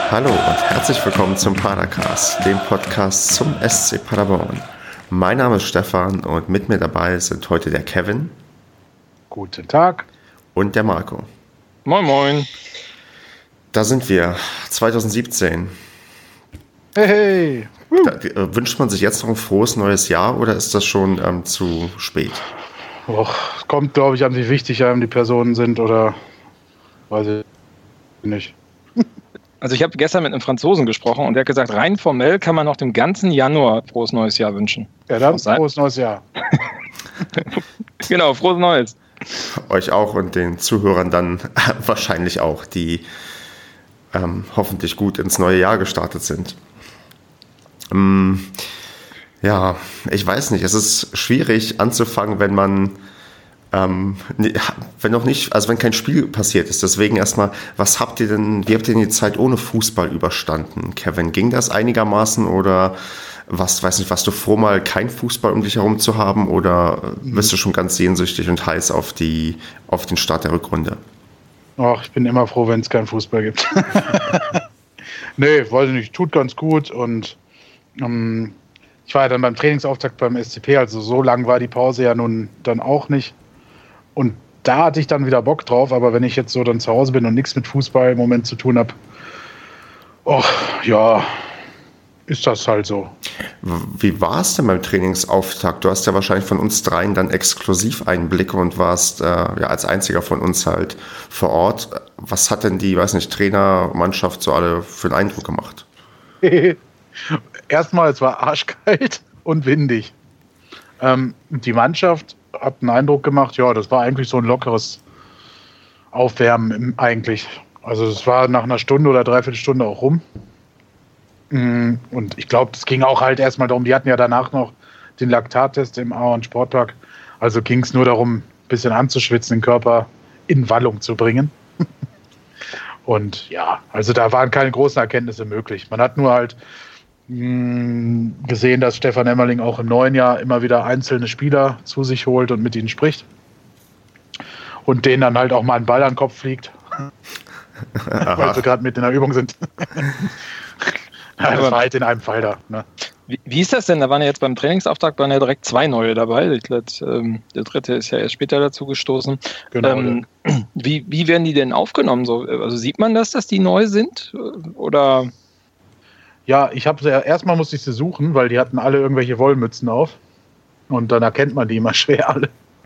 Hallo und herzlich willkommen zum Padercast, dem Podcast zum SC Paderborn. Mein Name ist Stefan und mit mir dabei sind heute der Kevin. Guten Tag. Und der Marco. Moin, moin. Da sind wir, 2017. Hey. Wünscht man sich jetzt noch ein frohes neues Jahr oder ist das schon zu spät? Es kommt, glaube ich, an, wie wichtig einem die Personen sind oder weiß ich nicht. Also ich habe gestern mit einem Franzosen gesprochen und der hat gesagt, rein formell kann man noch dem ganzen Januar frohes neues Jahr wünschen. Ja, dann frohes neues Jahr. Genau, frohes Neues. Euch auch und den Zuhörern dann wahrscheinlich auch, die hoffentlich gut ins neue Jahr gestartet sind. Ja, ich weiß nicht, es ist schwierig anzufangen, wenn man wenn kein Spiel passiert ist. Deswegen erstmal, wie habt ihr denn die Zeit ohne Fußball überstanden? Kevin, ging das einigermaßen oder warst du froh, mal kein Fußball um dich herum zu haben oder bist du schon ganz sehnsüchtig und heiß auf den Start der Rückrunde? Ach, ich bin immer froh, wenn es keinen Fußball gibt. Nee, weiß ich nicht, tut ganz gut und ich war ja dann beim Trainingsauftakt beim SCP, also so lang war die Pause ja nun dann auch nicht. Und da hatte ich dann wieder Bock drauf, aber wenn ich jetzt so dann zu Hause bin und nichts mit Fußball im Moment zu tun habe, ist das halt so. Wie war es denn beim Trainingsauftakt? Du hast ja wahrscheinlich von uns dreien dann exklusiv Einblicke und warst als einziger von uns halt vor Ort. Was hat denn die, Trainer, Mannschaft so alle für einen Eindruck gemacht? Erstmal, es war arschkalt und windig. Die Mannschaft hat einen Eindruck gemacht, ja, das war eigentlich so ein lockeres Aufwärmen eigentlich. Also es war nach einer Stunde oder dreiviertel Stunde auch rum. Und ich glaube, das ging auch halt erstmal darum, die hatten ja danach noch den Laktattest im Ahorn Sportpark. Also ging es nur darum, ein bisschen anzuschwitzen, den Körper in Wallung zu bringen. Und ja, also da waren keine großen Erkenntnisse möglich. Man hat nur halt gesehen, dass Stefan Emmerling auch im neuen Jahr immer wieder einzelne Spieler zu sich holt und mit ihnen spricht. Und denen dann halt auch mal ein Ball an den Kopf fliegt. Weil sie gerade mit in der Übung sind. Ja, das war halt in einem Fall da. Ne? Wie ist das denn? Da waren ja jetzt beim Trainingsauftakt direkt 2 neue dabei. Ich glaube, der dritte ist ja erst später dazu gestoßen. Genau. Wie werden die denn aufgenommen? So, also sieht man das, dass die neu sind? Oder? Ja, erstmal musste ich sie suchen, weil die hatten alle irgendwelche Wollmützen auf. Und dann erkennt man die immer schwer alle.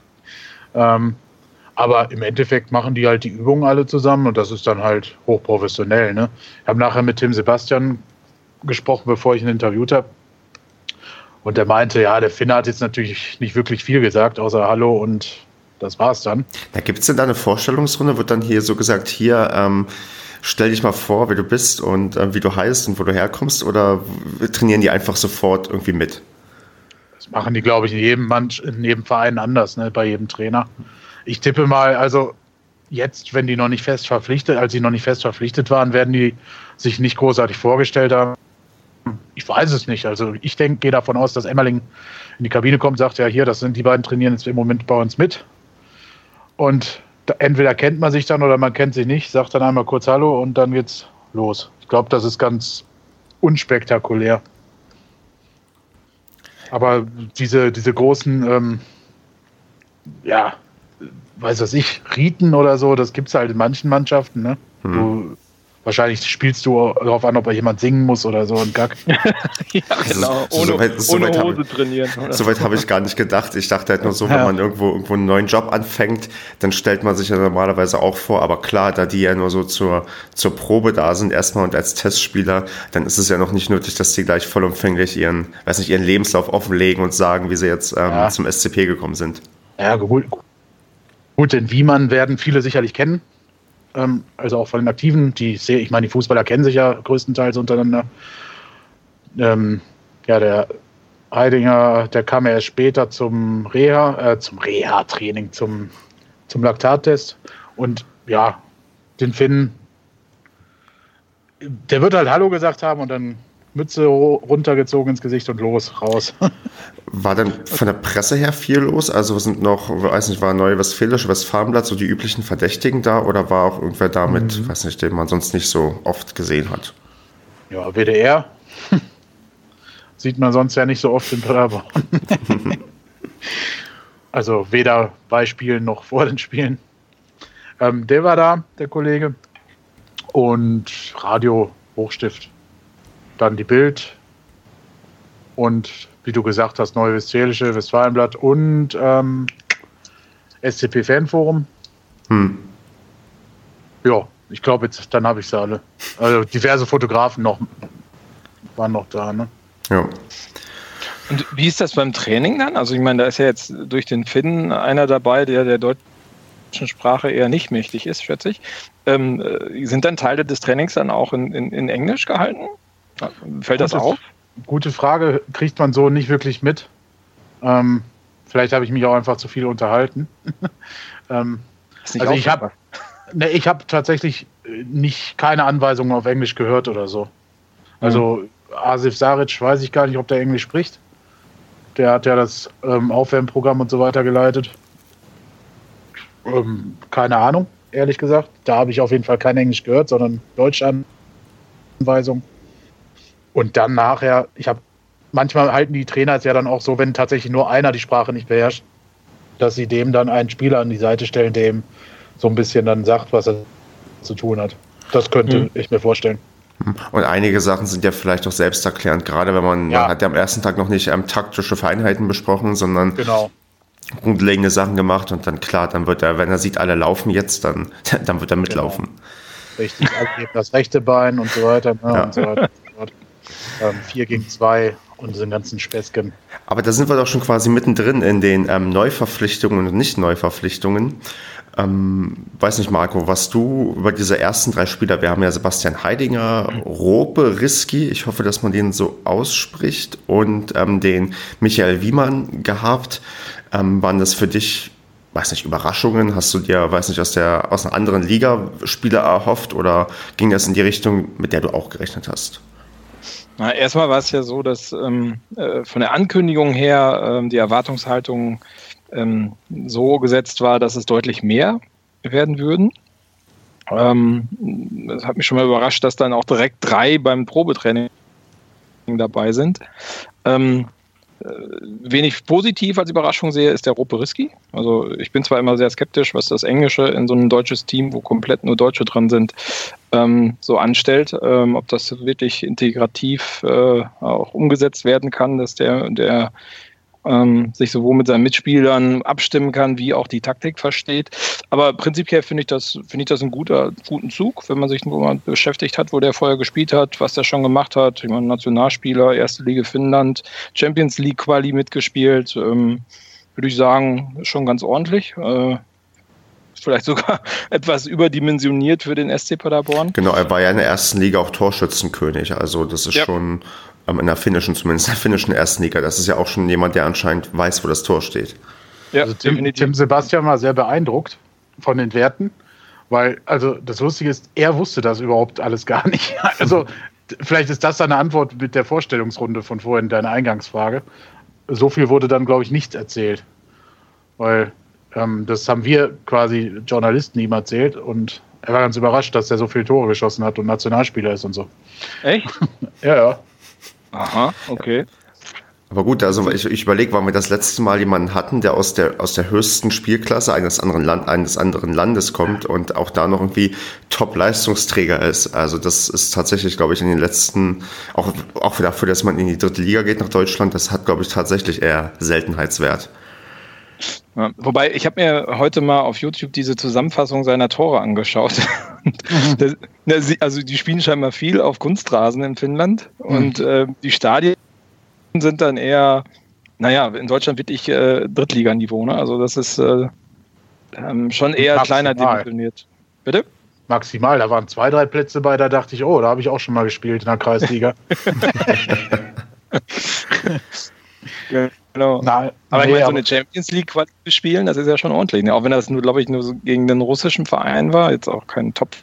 Aber im Endeffekt machen die halt die Übungen alle zusammen und das ist dann halt hochprofessionell. Ne? Ich habe nachher mit Tim Sebastian gesprochen, bevor ich ihn interviewt habe. Und der meinte, ja, der Finne hat jetzt natürlich nicht wirklich viel gesagt, außer Hallo und das war's dann. Da gibt es denn da eine Vorstellungsrunde? Wird dann hier so gesagt, stell dich mal vor, wer du bist und wie du heißt und wo du herkommst oder trainieren die einfach sofort irgendwie mit? Das machen die, glaube ich, in jedem Verein anders, ne, bei jedem Trainer. Ich tippe mal, also jetzt, wenn die noch nicht fest verpflichtet, als sie noch nicht fest verpflichtet waren, werden die sich nicht großartig vorgestellt haben. Ich weiß es nicht. Also ich gehe davon aus, dass Emmerling in die Kabine kommt, sagt ja hier, das sind die beiden, trainieren jetzt im Moment bei uns mit. Und entweder kennt man sich dann oder man kennt sich nicht, sagt dann einmal kurz Hallo und dann geht's los. Ich glaube, das ist ganz unspektakulär. Aber diese großen, Riten oder so, das gibt es halt in manchen Mannschaften. Ne? Wahrscheinlich spielst du darauf an, ob jemand singen muss oder so ein Gack. Ja, genau. Ohne Hose trainieren. Soweit habe ich gar nicht gedacht. Ich dachte halt nur so, wenn man irgendwo einen neuen Job anfängt, dann stellt man sich ja normalerweise auch vor. Aber klar, da die ja nur so zur Probe da sind erstmal und als Testspieler, dann ist es ja noch nicht nötig, dass die gleich vollumfänglich ihren Lebenslauf offenlegen und sagen, wie sie jetzt zum SCP gekommen sind. Ja, gut, den Wiemann werden viele sicherlich kennen. Also auch von den Aktiven, die Fußballer kennen sich ja größtenteils untereinander. Der Heidinger, der kam ja erst später zum Reha-Training, zum Laktattest. Und ja, den Finn, der wird halt Hallo gesagt haben und dann Mütze runtergezogen ins Gesicht und raus. War dann von der Presse her viel los? Also sind noch, war Neue Westfälische, Westfalenblatt, so die üblichen Verdächtigen da oder war auch irgendwer da mit, den man sonst nicht so oft gesehen hat? Ja, WDR. Sieht man sonst ja nicht so oft in Paderborn. Also weder bei Spielen noch vor den Spielen. Der war da, der Kollege. Und Radio Hochstift. Dann die Bild. Und wie du gesagt hast, Neue Westfälische, Westfalenblatt und SCP Fanforum. Ja, ich glaube jetzt, dann habe ich sie alle. Also diverse Fotografen waren noch da, ne? Ja. Und wie ist das beim Training dann? Also ich meine, da ist ja jetzt durch den Finn einer dabei, der deutschen Sprache eher nicht mächtig ist, schätze ich. Sind dann Teile des Trainings dann auch in Englisch gehalten? Fällt das auf? Gute Frage, kriegt man so nicht wirklich mit. Vielleicht habe ich mich auch einfach zu viel unterhalten. Also ich habe tatsächlich keine Anweisungen auf Englisch gehört oder so. Also Asif Saric, weiß ich gar nicht, ob der Englisch spricht. Der hat ja das Aufwärmprogramm und so weiter geleitet. Keine Ahnung, ehrlich gesagt. Da habe ich auf jeden Fall kein Englisch gehört, sondern deutsche Anweisung. Und dann nachher, manchmal halten die Trainer es ja dann auch so, wenn tatsächlich nur einer die Sprache nicht beherrscht, dass sie dem dann einen Spieler an die Seite stellen, der ihm so ein bisschen dann sagt, was er zu tun hat. Das könnte ich mir vorstellen. Und einige Sachen sind ja vielleicht auch selbsterklärend, gerade wenn man hat ja am ersten Tag noch nicht taktische Feinheiten besprochen, sondern grundlegende Sachen gemacht und dann klar, dann wird er, wenn er sieht, alle laufen jetzt, dann wird er mitlaufen. Richtig, also das rechte Bein und so weiter. Ne, und so weiter. 4 gegen 2 und diesen ganzen Späßchen. Aber da sind wir doch schon quasi mittendrin in den Neuverpflichtungen und Nicht-Neuverpflichtungen. Weiß nicht, Marco, was du über diese ersten 3 Spieler, wir haben ja Sebastian Heidinger, Rope Risky, ich hoffe, dass man den so ausspricht, und den Michael Wiemann gehabt. Waren das für dich, weiß nicht, Überraschungen? Hast du dir, weiß nicht, aus einer anderen Liga Spieler erhofft oder ging das in die Richtung, mit der du auch gerechnet hast? Na, erstmal war es ja so, dass von der Ankündigung her die Erwartungshaltung so gesetzt war, dass es deutlich mehr werden würden. Das hat mich schon mal überrascht, dass dann auch direkt 3 beim Probetraining dabei sind. Wenig positiv als Überraschung sehe, ist der Rope Risky. Also ich bin zwar immer sehr skeptisch, was das Englische in so einem deutsches Team, wo komplett nur Deutsche drin sind, so anstellt, ob das wirklich integrativ auch umgesetzt werden kann, dass der sich sowohl mit seinen Mitspielern abstimmen kann, wie auch die Taktik versteht. Aber prinzipiell finde ich das einen guten Zug, wenn man sich nur mal beschäftigt hat, wo der vorher gespielt hat, was der schon gemacht hat. Ich meine, Nationalspieler, erste Liga Finnland, Champions League Quali mitgespielt, würde ich sagen, schon ganz ordentlich. Vielleicht sogar etwas überdimensioniert für den SC Paderborn. Genau, er war ja in der ersten Liga auch Torschützenkönig, also das ist schon in der finnischen ersten Liga, das ist ja auch schon jemand, der anscheinend weiß, wo das Tor steht. Ja, also Tim Sebastian war sehr beeindruckt von den Werten, weil, also das Lustige ist, er wusste das überhaupt alles gar nicht. Also vielleicht ist das eine Antwort mit der Vorstellungsrunde von vorhin, deine Eingangsfrage. So viel wurde dann, glaube ich, nicht erzählt, weil das haben wir quasi Journalisten ihm erzählt und er war ganz überrascht, dass er so viele Tore geschossen hat und Nationalspieler ist und so. Echt? Ja. Aha, okay. Aber gut, also ich überlege, wann wir das letzte Mal jemanden hatten, der aus der höchsten Spielklasse eines anderen Landes kommt und auch da noch irgendwie Top-Leistungsträger ist. Also das ist tatsächlich, glaube ich, in den letzten, auch dafür, dass man in die 3. Liga geht nach Deutschland, das hat, glaube ich, tatsächlich eher Seltenheitswert. Ja, wobei, ich habe mir heute mal auf YouTube diese Zusammenfassung seiner Tore angeschaut. Also die spielen scheinbar viel auf Kunstrasen in Finnland und die Stadien sind dann eher, in Deutschland wirklich Drittliganiveau. Ne? Also das ist schon eher kleiner dimensioniert. Bitte? Maximal, da waren 2, 3 Plätze bei, da dachte ich, da habe ich auch schon mal gespielt in der Kreisliga. Genau. Aber so eine Champions League spielen, das ist ja schon ordentlich. Ne? Auch wenn das nur, glaube ich, nur so gegen den russischen Verein war, jetzt auch kein Top.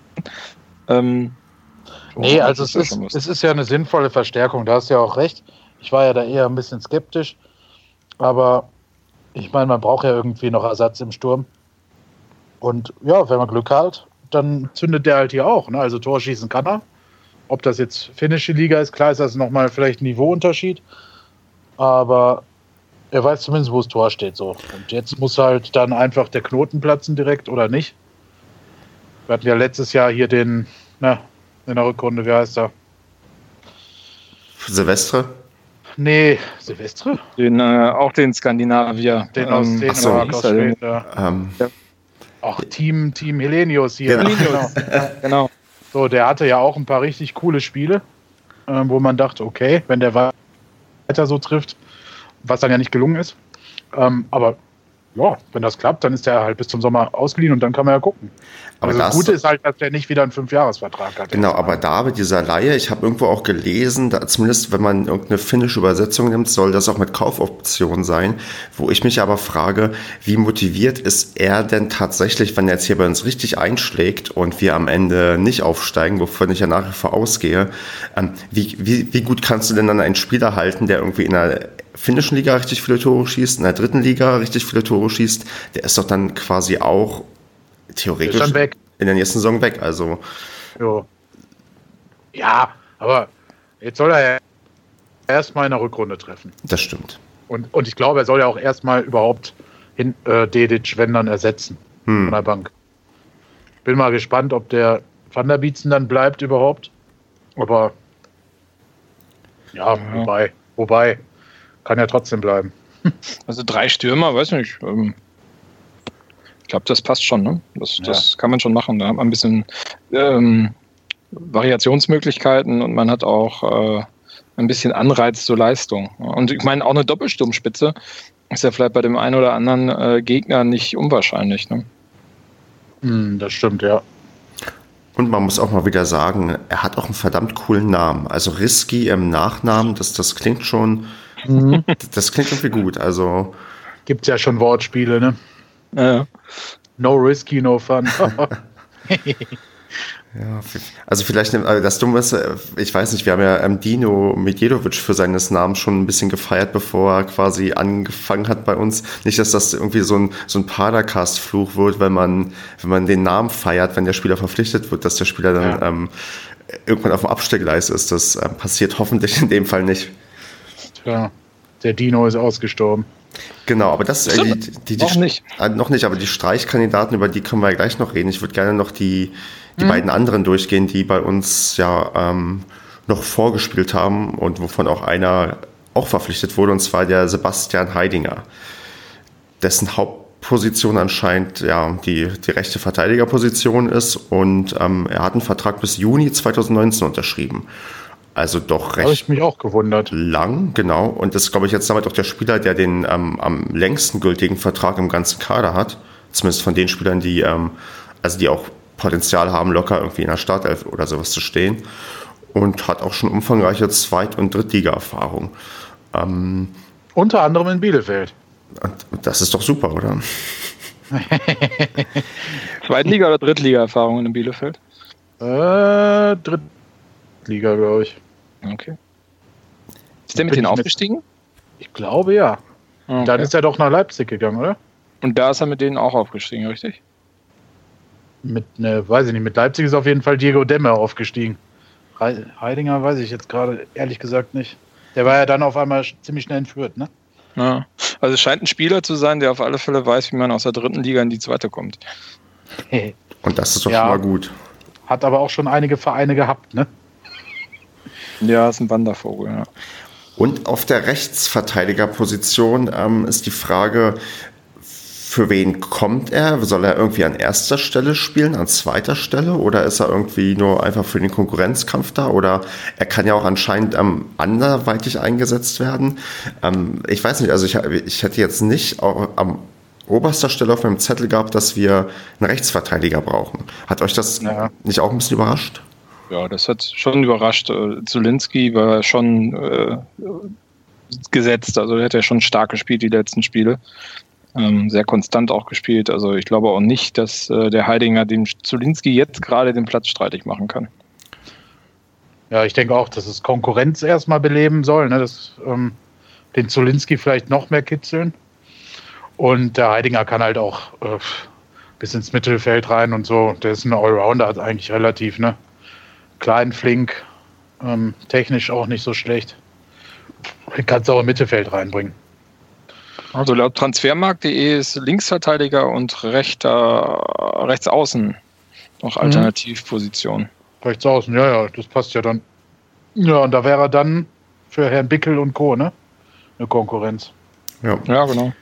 Also es ist ja eine sinnvolle Verstärkung, da hast du ja auch recht. Ich war ja da eher ein bisschen skeptisch, aber ich meine, man braucht ja irgendwie noch Ersatz im Sturm. Und ja, wenn man Glück hat, dann zündet der halt hier auch. Ne? Also Torschießen kann er Ob das jetzt finnische Liga ist, klar ist das nochmal vielleicht ein Niveauunterschied, aber er weiß zumindest, wo das Tor steht. So. Und jetzt muss halt dann einfach der Knoten platzen direkt oder nicht. Wir hatten ja letztes Jahr hier in der Rückrunde, wie heißt er? Silvestre? Nee, Silvestre? Auch den Skandinavier. Den aus Dänemark, aus Schweden. Auch Team Hellenius hier. Genau. So, der hatte ja auch ein paar richtig coole Spiele, wo man dachte, okay, wenn der weiter so trifft, was dann ja nicht gelungen ist. Aber ja, wenn das klappt, dann ist der halt bis zum Sommer ausgeliehen und dann kann man ja gucken. Aber also das Gute ist halt, dass der nicht wieder einen 5-Jahres-Vertrag hat. Genau, aber da mit dieser Leihe, ich habe irgendwo auch gelesen, zumindest wenn man irgendeine finnische Übersetzung nimmt, soll das auch mit Kaufoption sein, wo ich mich aber frage, wie motiviert ist er denn tatsächlich, wenn er jetzt hier bei uns richtig einschlägt und wir am Ende nicht aufsteigen, wovon ich ja nach wie vor ausgehe, wie gut kannst du denn dann einen Spieler halten, der irgendwie in der finnischen Liga richtig viele Tore schießt, in der dritten Liga richtig viele Tore schießt, der ist doch dann quasi auch theoretisch in der nächsten Saison weg. Also. Jo. Ja, aber jetzt soll er ja erstmal in der Rückrunde treffen. Das stimmt. Und ich glaube, er soll ja auch erstmal überhaupt Dedic, wenn dann, ersetzen von der Bank. Bin mal gespannt, ob der Van der Bietzen dann bleibt überhaupt. Aber ja, wobei, kann ja trotzdem bleiben. Also 3 Stürmer, weiß nicht. Ich glaube, das passt schon. Ne? Das kann man schon machen. Da hat man ein bisschen Variationsmöglichkeiten und man hat auch ein bisschen Anreiz zur Leistung. Und ich meine, auch eine Doppelsturmspitze ist ja vielleicht bei dem einen oder anderen Gegner nicht unwahrscheinlich. Ne? Das stimmt, ja. Und man muss auch mal wieder sagen, er hat auch einen verdammt coolen Namen. Also Risky im Nachnamen, das klingt schon, das klingt irgendwie gut. Also gibt's ja schon Wortspiele, ne? Ja. No risky, no fun. Ja, also vielleicht, das Dumme ist, ich weiß nicht, wir haben ja Dino Medjedovic für seines Namens schon ein bisschen gefeiert, bevor er quasi angefangen hat bei uns. Nicht, dass das irgendwie so ein Padercast-Fluch wird, wenn man den Namen feiert, wenn der Spieler verpflichtet wird, dass der Spieler dann irgendwann auf dem Abstellgleis ist. Das passiert hoffentlich in dem Fall nicht. Tja, der Dino ist ausgestorben. Genau, aber das noch nicht. Noch nicht, aber die Streichkandidaten, über die können wir ja gleich noch reden. Ich würde gerne noch die beiden anderen durchgehen, die bei uns ja noch vorgespielt haben und wovon auch einer auch verpflichtet wurde, und zwar der Sebastian Heidinger, dessen Hauptposition anscheinend die rechte Verteidigerposition ist, und er hat einen Vertrag bis Juni 2019 unterschrieben. Also doch recht. Habe ich mich auch gewundert. Lang, genau. Und das ist, glaube ich, jetzt damit auch der Spieler, der den am längsten gültigen Vertrag im ganzen Kader hat. Zumindest von den Spielern, die auch Potenzial haben, locker irgendwie in der Startelf oder sowas zu stehen. Und hat auch schon umfangreiche Zweit- und Drittliga-Erfahrung. Unter anderem in Bielefeld. Und das ist doch super, oder? Zweitliga- oder Drittliga-Erfahrungen in Bielefeld? Drittliga, glaube ich. Okay. Ist der mit denen aufgestiegen? Ich glaube, ja. Okay. Dann ist er doch nach Leipzig gegangen, oder? Und da ist er mit denen auch aufgestiegen, richtig? Weiß ich nicht, mit Leipzig ist auf jeden Fall Diego Demme aufgestiegen. Heidinger weiß ich jetzt gerade ehrlich gesagt nicht. Der war ja dann auf einmal ziemlich schnell entführt, ne? Ja. Also es scheint ein Spieler zu sein, der auf alle Fälle weiß, wie man aus der dritten Liga in die zweite kommt. Und das ist doch schon mal gut. Hat aber auch schon einige Vereine gehabt, ne? Ja, ist ein Wandervogel, ja. Und auf der Rechtsverteidigerposition ist die Frage, für wen kommt er? Soll er irgendwie an erster Stelle spielen, an zweiter Stelle? Oder ist er irgendwie nur einfach für den Konkurrenzkampf da? Oder er kann ja auch anscheinend anderweitig eingesetzt werden. Ich weiß nicht, also ich hätte jetzt nicht auch am oberster Stelle auf meinem Zettel gehabt, dass wir einen Rechtsverteidiger brauchen. Hat euch das nicht auch ein bisschen überrascht? Ja, das hat schon überrascht. Zulinski war schon gesetzt, also er hat ja schon stark gespielt, die letzten Spiele. Sehr konstant auch gespielt. Also ich glaube auch nicht, dass der Heidinger dem Zulinski jetzt gerade den Platz streitig machen kann. Ja, ich denke auch, dass es Konkurrenz erstmal beleben soll, ne? Dass den Zulinski vielleicht noch mehr kitzeln. Und der Heidinger kann halt auch bis ins Mittelfeld rein und so. Der ist ein Allrounder, also eigentlich relativ, ne? Klein, flink, Technisch auch nicht so schlecht. Kannst du auch im Mittelfeld reinbringen. Also laut Transfermarkt.de ist Linksverteidiger und Rechtsaußen noch Alternativposition. Rechtsaußen, ja, das passt ja dann. Ja, und da wäre er dann für Herrn Bickel und Co., ne? Eine Konkurrenz. Ja, genau.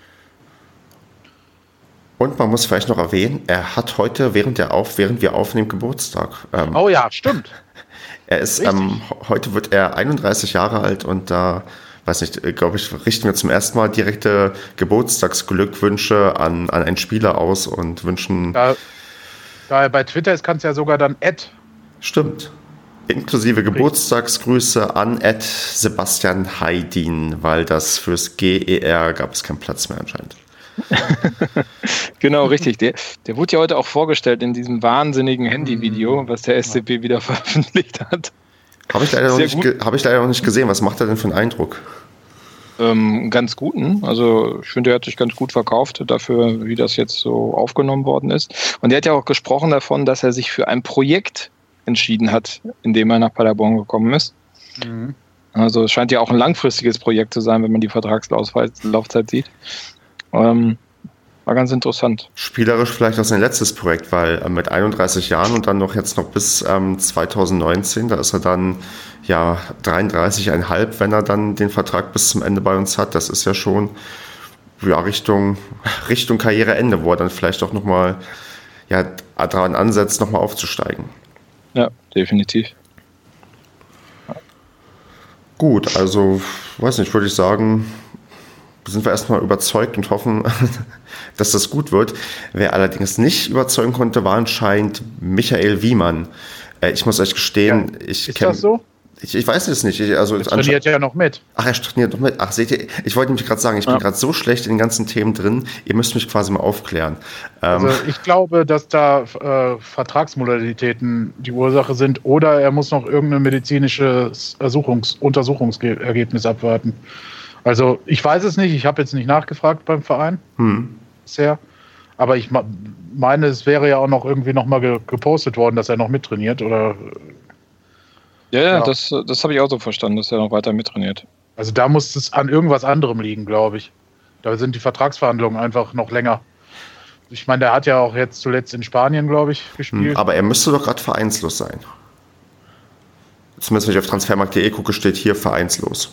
Und man muss vielleicht noch erwähnen, er hat heute, während wir aufnehmen, Geburtstag. Oh ja, stimmt. Er ist, heute wird er 31 Jahre alt und da, weiß nicht, glaube ich, richten wir zum ersten Mal direkte Geburtstagsglückwünsche an einen Spieler aus und wünschen... Da er bei Twitter ist, kannst du ja sogar dann Stimmt. Inklusive Geburtstagsgrüße an Sebastian Heidin, weil das fürs GER gab es keinen Platz mehr anscheinend. Genau, richtig. Der wurde ja heute auch vorgestellt in diesem wahnsinnigen Handyvideo, was der SCP wieder veröffentlicht hat. Habe ich leider noch nicht gesehen. Was macht er denn für einen Eindruck? Ganz guten. Also ich finde, er hat sich ganz gut verkauft dafür, wie das jetzt so aufgenommen worden ist. Und er hat ja auch gesprochen davon, dass er sich für ein Projekt entschieden hat, in dem er nach Paderborn gekommen ist. Mhm. Also es scheint ja auch ein langfristiges Projekt zu sein, wenn man die Vertragslaufzeit sieht. War ganz interessant. Spielerisch vielleicht auch sein letztes Projekt, weil mit 31 Jahren und dann noch bis 2019, da ist er dann 33,5, wenn er dann den Vertrag bis zum Ende bei uns hat. Das ist ja schon Richtung Karriereende, wo er dann vielleicht auch nochmal daran ansetzt, nochmal aufzusteigen. Ja, definitiv. Gut, also weiß nicht, würde ich sagen, sind wir erstmal überzeugt und hoffen, dass das gut wird. Wer allerdings nicht überzeugen konnte, war anscheinend Michael Wiemann. Ich muss euch gestehen, ist das so? Ich weiß es nicht. Er trainiert ja noch mit. Ach, er trainiert noch mit. Ach, seht ihr, ich wollte nämlich gerade sagen, ich bin gerade so schlecht in den ganzen Themen drin, ihr müsst mich quasi mal aufklären. Also ich glaube, dass da Vertragsmodalitäten die Ursache sind oder er muss noch irgendein medizinisches Untersuchungsergebnis abwarten. Also ich weiß es nicht, ich habe jetzt nicht nachgefragt beim Verein bisher, aber ich meine, es wäre ja auch noch irgendwie nochmal gepostet worden, dass er noch mittrainiert oder... Ja. Das habe ich auch so verstanden, dass er noch weiter mittrainiert. Also da muss es an irgendwas anderem liegen, glaube ich. Da sind die Vertragsverhandlungen einfach noch länger. Ich meine, der hat ja auch jetzt zuletzt in Spanien, glaube ich, gespielt. Aber er müsste doch gerade vereinslos sein. Zumindest wenn ich auf Transfermarkt.de gucke, steht hier vereinslos.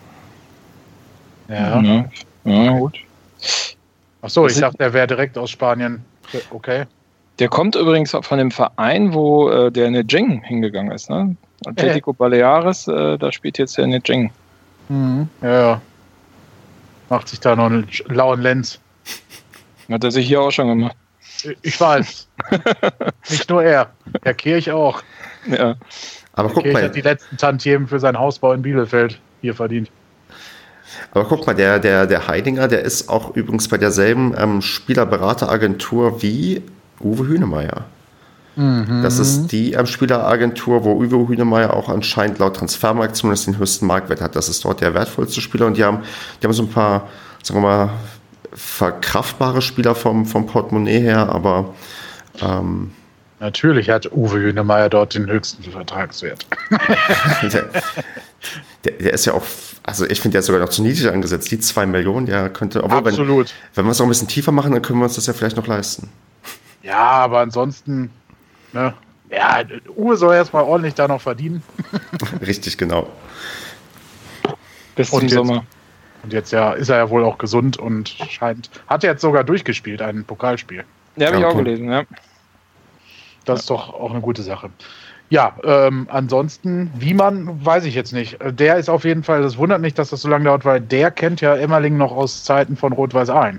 Ja, gut. Achso, ich dachte, er wäre direkt aus Spanien. Okay. Der kommt übrigens von dem Verein, wo der Nejeng hingegangen ist, ne? Atletico Baleares, da spielt jetzt der Nejeng. Ja. Macht sich da noch einen lauen Lenz. Hat er sich hier auch schon gemacht. Ich weiß. Nicht nur er. Herr Kirch auch. Ja. Aber guck mal. Hat die letzten Tantiemen für seinen Hausbau in Bielefeld hier verdient. Aber guck mal, der Heidinger, der ist auch übrigens bei derselben Spielerberateragentur wie Uwe Hünemeyer. Das ist die Spieleragentur, wo Uwe Hünemeyer auch anscheinend laut Transfermarkt zumindest den höchsten Marktwert hat. Das ist dort der wertvollste Spieler und die haben so ein paar, sagen wir mal, verkraftbare Spieler vom Portemonnaie her, aber natürlich hat Uwe Hünemeyer dort den höchsten Vertragswert. Der ist ja auch, also ich finde, der ist sogar noch zu niedrig angesetzt. Die 2 Millionen, der könnte, obwohl, absolut. Wenn wir es noch ein bisschen tiefer machen, dann können wir uns das ja vielleicht noch leisten. Ja, aber ansonsten, ne? Ja, Uwe soll erstmal ordentlich da noch verdienen. Richtig, genau. Bis zum Sommer. Und jetzt ist er ja wohl auch gesund und hat jetzt sogar durchgespielt, ein Pokalspiel. Ja, habe ich auch gelesen, ja. Das ist doch auch eine gute Sache. Ja, ansonsten, Wiemann, weiß ich jetzt nicht. Der ist auf jeden Fall, das wundert mich, dass das so lange dauert, weil der kennt ja Emmerling noch aus Zeiten von Rot-Weiß Aalen.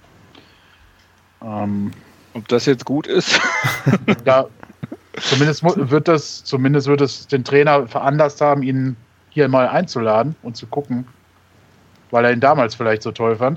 Ob das jetzt gut ist? Ja, zumindest wird es den Trainer veranlasst haben, ihn hier mal einzuladen und zu gucken, weil er ihn damals vielleicht so toll fand.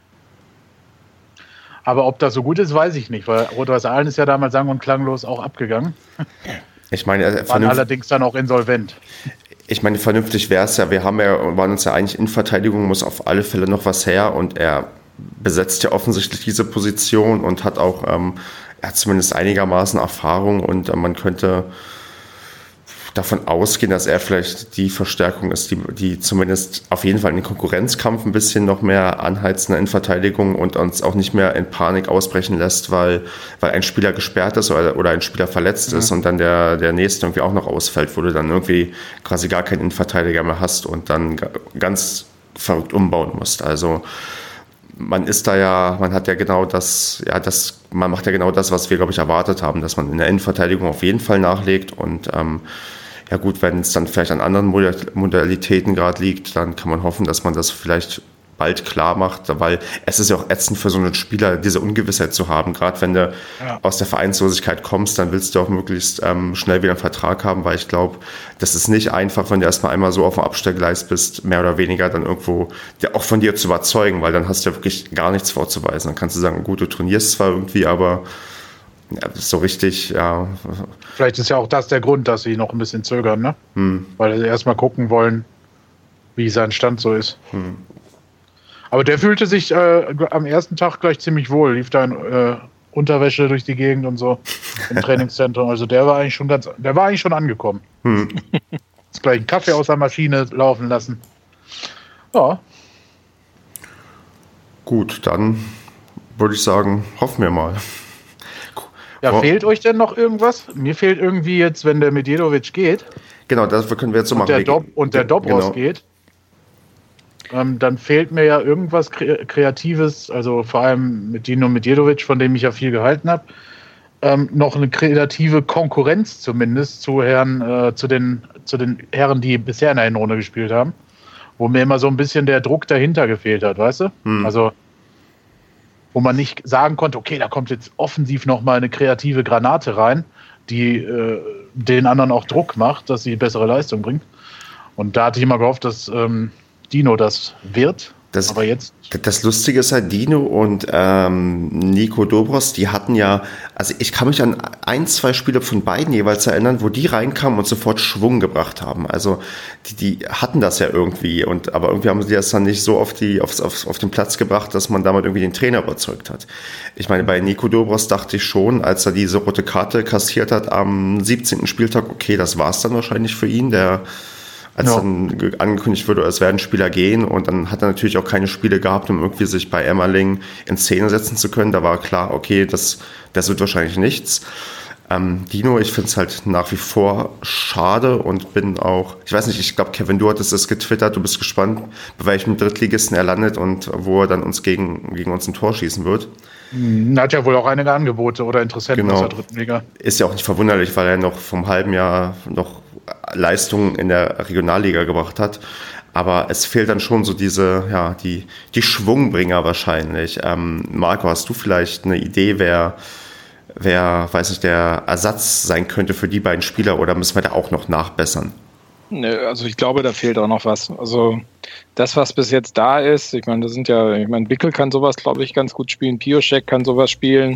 Aber ob das so gut ist, weiß ich nicht, weil Rot-Weiß Aalen ist ja damals sang- und klanglos auch abgegangen. Ich meine, waren allerdings dann auch insolvent. Ich meine, vernünftig wäre es ja, waren uns ja eigentlich in Verteidigung, muss auf alle Fälle noch was her und er besetzt ja offensichtlich diese Position und hat auch er hat zumindest einigermaßen Erfahrung und man könnte davon ausgehen, dass er vielleicht die Verstärkung ist, die zumindest auf jeden Fall in den Konkurrenzkampf ein bisschen noch mehr anheizen in Verteidigung und uns auch nicht mehr in Panik ausbrechen lässt, weil ein Spieler gesperrt ist oder ein Spieler verletzt ist und dann der nächste irgendwie auch noch ausfällt, wo du dann irgendwie quasi gar keinen Innenverteidiger mehr hast und dann ganz verrückt umbauen musst. Also man macht ja genau das, was wir, glaube ich, erwartet haben, dass man in der Innenverteidigung auf jeden Fall nachlegt und ja gut, wenn es dann vielleicht an anderen Modalitäten gerade liegt, dann kann man hoffen, dass man das vielleicht bald klar macht, weil es ist ja auch ätzend für so einen Spieler, diese Ungewissheit zu haben. Gerade wenn du aus der Vereinslosigkeit kommst, dann willst du auch möglichst schnell wieder einen Vertrag haben, weil ich glaube, das ist nicht einfach, wenn du erstmal einmal so auf dem Abstellgleis bist, mehr oder weniger dann irgendwo auch von dir zu überzeugen, weil dann hast du ja wirklich gar nichts vorzuweisen. Dann kannst du sagen, gut, du trainierst zwar irgendwie, aber ja, so richtig, ja. Vielleicht ist ja auch das der Grund, dass sie noch ein bisschen zögern, ne? Weil sie erstmal gucken wollen, wie sein Stand so ist. Aber der fühlte sich am ersten Tag gleich ziemlich wohl, lief da in Unterwäsche durch die Gegend und so im Trainingszentrum. Also der war eigentlich schon angekommen. Ist gleich einen Kaffee aus der Maschine laufen lassen. Ja. Gut, dann würde ich sagen, hoffen wir mal. Ja, fehlt euch denn noch irgendwas? Mir fehlt irgendwie jetzt, wenn der Medjedovic geht. Genau, das können wir jetzt so machen. Der Dobros geht. Dann fehlt mir ja irgendwas Kreatives, also vor allem mit Dino Medjedovic, von dem ich ja viel gehalten habe, noch eine kreative Konkurrenz zumindest zu den Herren, die bisher in der Hinrunde gespielt haben, wo mir immer so ein bisschen der Druck dahinter gefehlt hat, weißt du? Also wo man nicht sagen konnte, okay, da kommt jetzt offensiv nochmal eine kreative Granate rein, die den anderen auch Druck macht, dass sie bessere Leistung bringt. Und da hatte ich immer gehofft, dass Dino das wird. Aber jetzt. Das Lustige ist halt, Dino und Nico Dobros, die hatten ja, also ich kann mich an 1-2 Spiele von beiden jeweils erinnern, wo die reinkamen und sofort Schwung gebracht haben. Also die hatten das ja irgendwie, aber irgendwie haben sie das dann nicht so auf den Platz gebracht, dass man damit irgendwie den Trainer überzeugt hat. Ich meine, bei Nico Dobros dachte ich schon, als er diese rote Karte kassiert hat am 17. Spieltag, okay, das war's dann wahrscheinlich für ihn, dann angekündigt wurde, es werden Spieler gehen und dann hat er natürlich auch keine Spiele gehabt, um irgendwie sich bei Emmerling in Szene setzen zu können. Da war klar, okay, das wird wahrscheinlich nichts. Dino, ich finde es halt nach wie vor schade und bin auch, ich weiß nicht, ich glaube, Kevin, du hattest es getwittert, du bist gespannt, bei welchem Drittligisten er landet und wo er dann gegen uns ein Tor schießen wird. Hat ja wohl auch einige Angebote oder Interessenten aus der dritten Liga. Ist ja auch nicht verwunderlich, weil er noch vom halben Jahr noch Leistungen in der Regionalliga gebracht hat. Aber es fehlt dann schon so die Schwungbringer wahrscheinlich. Marco, hast du vielleicht eine Idee, wer weiß nicht, der Ersatz sein könnte für die beiden Spieler oder müssen wir da auch noch nachbessern? Also ich glaube, da fehlt auch noch was. Also das, was bis jetzt da ist, ich meine, Wickel kann sowas, glaube ich, ganz gut spielen, Pioszek kann sowas spielen,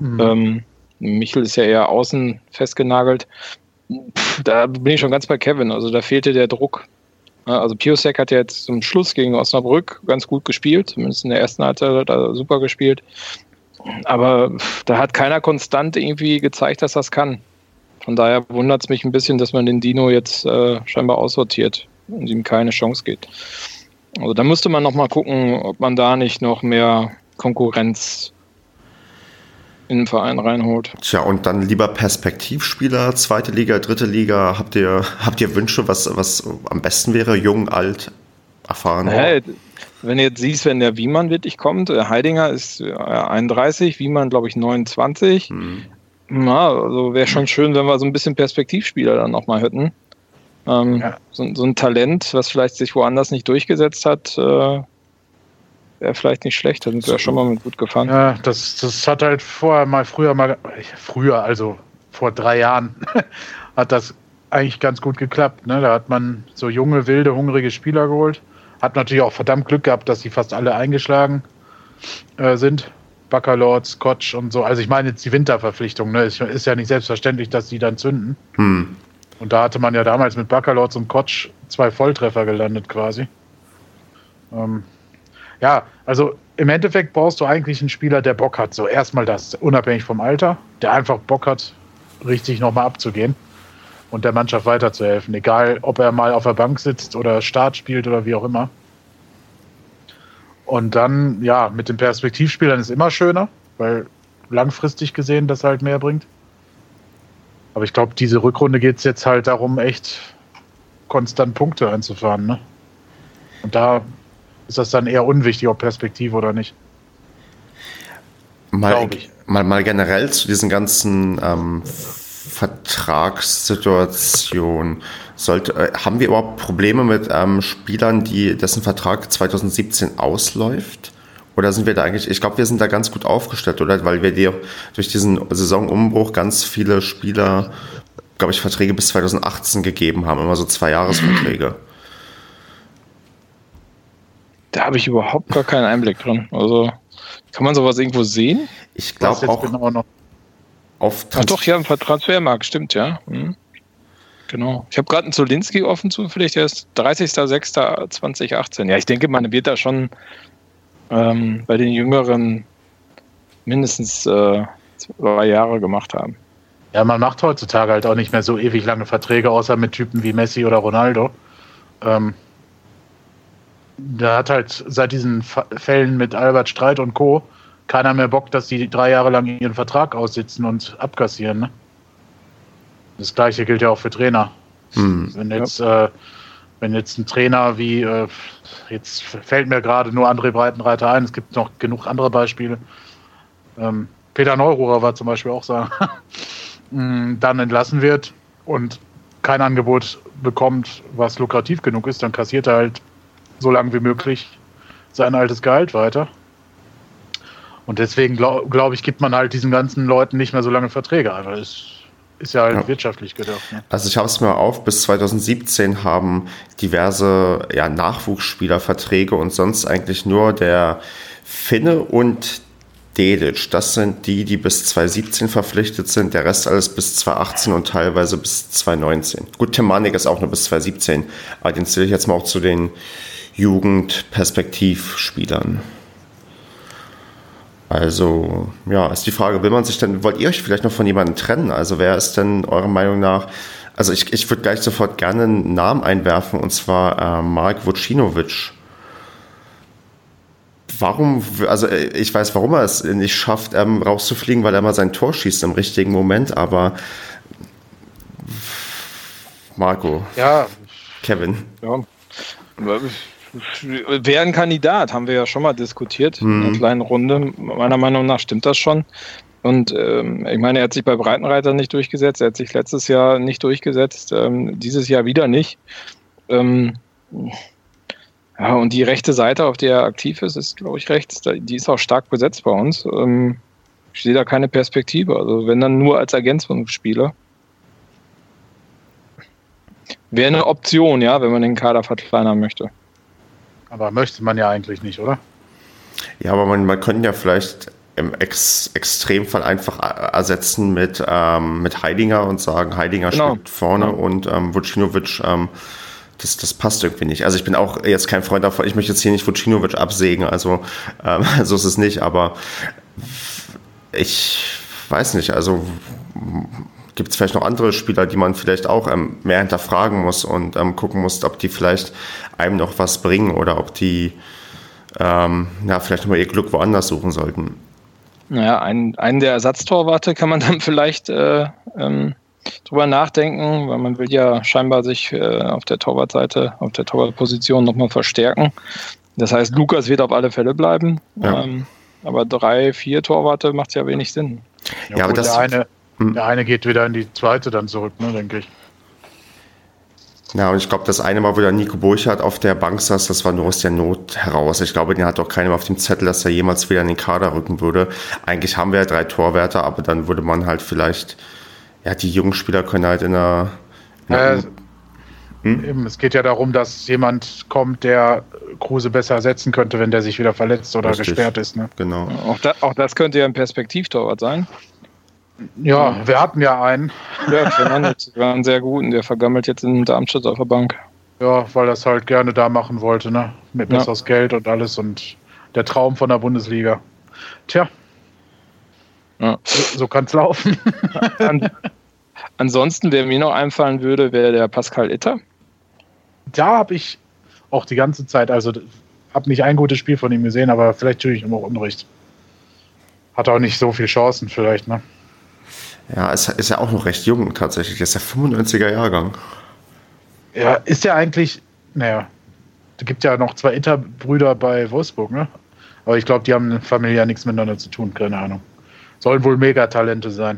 Michel ist ja eher außen festgenagelt. Da bin ich schon ganz bei Kevin, also da fehlte der Druck. Also Pioszek hat ja jetzt zum Schluss gegen Osnabrück ganz gut gespielt, zumindest in der ersten Halbzeit hat er super gespielt. Aber da hat keiner konstant irgendwie gezeigt, dass das kann. Von daher wundert es mich ein bisschen, dass man den Dino jetzt scheinbar aussortiert und ihm keine Chance gibt. Also da müsste man noch mal gucken, ob man da nicht noch mehr Konkurrenz in den Verein reinholt. Tja, und dann lieber Perspektivspieler, zweite Liga, dritte Liga. Habt ihr Wünsche, was am besten wäre? Jung, alt, erfahren? Wenn du jetzt siehst, wenn der Wiemann wirklich kommt, Heidinger ist 31, Wiemann glaube ich 29. Na, also wäre schon schön, wenn wir so ein bisschen Perspektivspieler dann noch mal hätten. So ein Talent, was vielleicht sich woanders nicht durchgesetzt hat, wäre vielleicht nicht schlecht. Da sind wir ja schon mal mit gut gefahren. Ja, das hat halt früher, also vor 3 Jahren, hat das eigentlich ganz gut geklappt. Ne? Da hat man so junge, wilde, hungrige Spieler geholt. Hat natürlich auch verdammt Glück gehabt, dass sie fast alle eingeschlagen sind. Baccalords, Kotsch und so. Also ich meine jetzt die Winterverpflichtung. Ne? Ist ja nicht selbstverständlich, dass die dann zünden. Und da hatte man ja damals mit Baccalords und Kotsch 2 Volltreffer gelandet quasi. Ja, also im Endeffekt brauchst du eigentlich einen Spieler, der Bock hat. So erstmal das, unabhängig vom Alter, der einfach Bock hat, richtig nochmal abzugehen. und der Mannschaft weiterzuhelfen. Egal, ob er mal auf der Bank sitzt oder Start spielt oder wie auch immer. Und dann, ja, mit den Perspektivspielern ist immer schöner, weil langfristig gesehen das halt mehr bringt. Aber ich glaube, diese Rückrunde geht es jetzt halt darum, echt konstant Punkte einzufahren. Ne? Und da ist das dann eher unwichtig, ob Perspektive oder nicht. Mal generell zu diesen ganzen Vertragssituationen. Haben wir überhaupt Probleme mit Spielern, dessen Vertrag 2017 ausläuft? Oder sind wir da eigentlich, ich glaube, wir sind da ganz gut aufgestellt, oder? Weil wir dir durch diesen Saisonumbruch ganz viele Spieler, glaube ich, Verträge bis 2018 gegeben haben, immer so 2-Jahres-Verträge. Da habe ich überhaupt gar keinen Einblick drin. Also, kann man sowas irgendwo sehen? Ich glaube auch genau noch auf doch, hier im Transfermarkt, stimmt, ja. Genau. Ich habe gerade einen Zulinski offen zufällig, der ist 30.06.2018. Ja, ich denke, man wird da schon bei den Jüngeren mindestens 2 Jahre gemacht haben. Ja, man macht heutzutage halt auch nicht mehr so ewig lange Verträge, außer mit Typen wie Messi oder Ronaldo. Da hat halt seit diesen Fällen mit Albert Streit und Co. keiner mehr Bock, dass die 3 Jahre lang ihren Vertrag aussitzen und abkassieren. Ne? Das Gleiche gilt ja auch für Trainer. Wenn jetzt ein Trainer wie, jetzt fällt mir gerade nur André Breitenreiter ein, es gibt noch genug andere Beispiele. Peter Neururer war zum Beispiel auch so, dann entlassen wird und kein Angebot bekommt, was lukrativ genug ist, dann kassiert er halt so lange wie möglich sein altes Gehalt weiter. Und deswegen glaube ich, gibt man halt diesen ganzen Leuten nicht mehr so lange Verträge. Aber es ist ja halt wirtschaftlich gedacht. Ne? Also ich habe es mir bis 2017 haben diverse Nachwuchsspieler Verträge und sonst eigentlich nur der Finne und Dedic. Das sind die bis 2017 verpflichtet sind. Der Rest alles bis 2018 und teilweise bis 2019. Gut, Tim Manek ist auch nur bis 2017. Aber den zähle ich jetzt mal auch zu den Jugendperspektivspielern. Also, ja, ist die Frage, wollt ihr euch vielleicht noch von jemandem trennen? Also, wer ist denn eurer Meinung nach, also ich würde gleich sofort gerne einen Namen einwerfen, und zwar Mark Vucinovic. Ich weiß, warum er es nicht schafft, rauszufliegen, weil er mal sein Tor schießt im richtigen Moment, aber Marco. Ja. Kevin. Ja. Wäre ein Kandidat, haben wir ja schon mal diskutiert in einer kleinen Runde. Meiner Meinung nach stimmt das schon. Und ich meine, er hat sich bei Breitenreiter nicht durchgesetzt, er hat sich letztes Jahr nicht durchgesetzt, dieses Jahr wieder nicht. Und die rechte Seite, auf der er aktiv ist, glaube ich, rechts. Die ist auch stark besetzt bei uns. Ich sehe da keine Perspektive. Also wenn dann nur als Ergänzungsspieler. Wäre eine Option, ja, wenn man den Kader verkleinern möchte. Aber möchte man ja eigentlich nicht, oder? Ja, aber man könnte ja vielleicht im Extremfall einfach ersetzen mit Heidinger und sagen, Heidinger spielt vorne und Vucinovic, das passt irgendwie nicht. Also ich bin auch jetzt kein Freund davon, ich möchte jetzt hier nicht Vucinovic absägen, also so ist es nicht, aber ich weiß nicht, also gibt es vielleicht noch andere Spieler, die man vielleicht auch mehr hinterfragen muss und gucken muss, ob die vielleicht einem noch was bringen oder ob die vielleicht nochmal ihr Glück woanders suchen sollten. Naja, einen der Ersatztorwarte kann man dann vielleicht drüber nachdenken, weil man will ja scheinbar sich auf der Torwartseite, auf der Torwartposition nochmal verstärken. Das heißt, Lukas wird auf alle Fälle bleiben, aber 3-4 Torwarte macht es ja wenig Sinn. Ja, aber der eine geht wieder in die zweite dann zurück, ne, denke ich. Ja, und ich glaube, das eine Mal, wo der Nico Burchardt auf der Bank saß, das war nur aus der Not heraus. Ich glaube, den hat auch keiner auf dem Zettel, dass er jemals wieder in den Kader rücken würde. Eigentlich haben wir ja 3 Torwärter, aber dann würde man halt vielleicht, die jungen Spieler können halt es geht ja darum, dass jemand kommt, der Kruse besser ersetzen könnte, wenn der sich wieder verletzt oder gesperrt ist. Ne? Genau. Auch das könnte ja ein Perspektivtorwart sein. Ja, wir hatten ja einen. Ja, Fernandes war einen sehr guten, der vergammelt jetzt in Darmstadt auf der Bank. Ja, weil er es halt gerne da machen wollte, ne? Mit besseres Geld und alles und der Traum von der Bundesliga. Tja. Ja. So kann es laufen. Ansonsten, wer mir noch einfallen würde, wäre der Pascal Itter. Da habe ich auch die ganze Zeit, also habe nicht ein gutes Spiel von ihm gesehen, aber vielleicht tue ich ihm auch Unrecht. Hat auch nicht so viele Chancen vielleicht, ne? Ja, ist ja auch noch recht jung tatsächlich. Ist ja 95er Jahrgang. Ja, ist ja eigentlich, naja, es gibt ja noch 2 Itter-Brüder bei Wolfsburg, ne? Aber ich glaube, die haben familiär nichts miteinander zu tun, keine Ahnung. Sollen wohl Megatalente sein.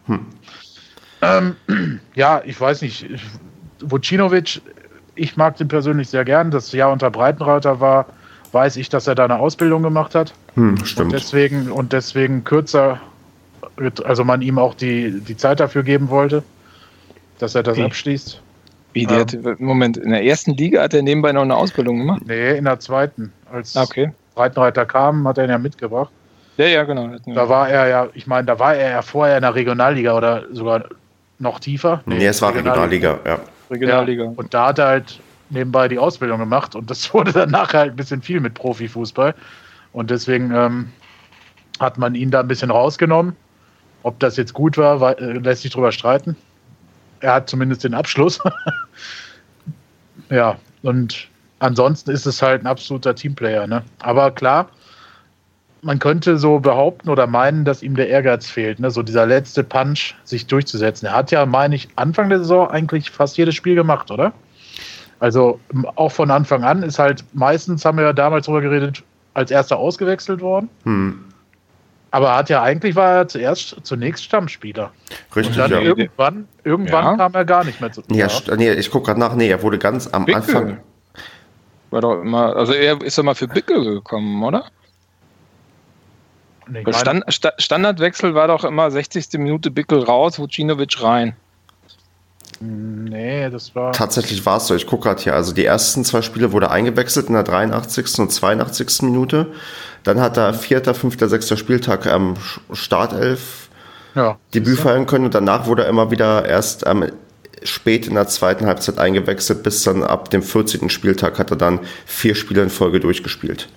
Ja, ich weiß nicht. Vucinovic, ich mag den persönlich sehr gern. Das Jahr unter Breitenreiter war, weiß ich, dass er da eine Ausbildung gemacht hat. Stimmt. Und deswegen kürzer, also man ihm auch die Zeit dafür geben wollte, dass er das abschließt. Wie, Moment, in der ersten Liga hat er nebenbei noch eine Ausbildung gemacht? Nee, in der zweiten. Als Breitenreiter kam, hat er ihn ja mitgebracht. Ja, genau. Da war er ja vorher in der Regionalliga oder sogar noch tiefer. Nee, es war Regionalliga, ja. Regionalliga. Ja, und da hat er halt nebenbei die Ausbildung gemacht und das wurde dann nachher halt ein bisschen viel mit Profifußball. Und deswegen hat man ihn da ein bisschen rausgenommen. Ob das jetzt gut war, lässt sich drüber streiten. Er hat zumindest den Abschluss. Ja, und ansonsten ist es halt ein absoluter Teamplayer, ne? Aber klar, man könnte so behaupten oder meinen, dass ihm der Ehrgeiz fehlt, ne? So dieser letzte Punch, sich durchzusetzen. Er hat ja, meine ich, Anfang der Saison eigentlich fast jedes Spiel gemacht, oder? Also auch von Anfang an ist halt meistens, haben wir ja damals drüber geredet, als erster ausgewechselt worden. Aber war er zunächst Stammspieler. Richtig, und dann irgendwann kam er gar nicht mehr zu. Ja, nee, ich gucke gerade nach. Nee, er wurde ganz am Bickel. Anfang. War doch immer, also er ist doch mal für Bickel gekommen, oder? Nee, Standardwechsel war doch immer 60. Minute Bickel raus, Vucinovic rein. Nee, das war... Tatsächlich war es so. Ich gucke gerade hier. Also die ersten 2 Spiele wurde eingewechselt in der 83. und 82. Minute. Dann hat er 4., 5., 6. Spieltag Startelf Debüt feiern können. Und danach wurde er immer wieder erst spät in der zweiten Halbzeit eingewechselt. Bis dann ab dem 14. Spieltag hat er dann 4 Spiele in Folge durchgespielt.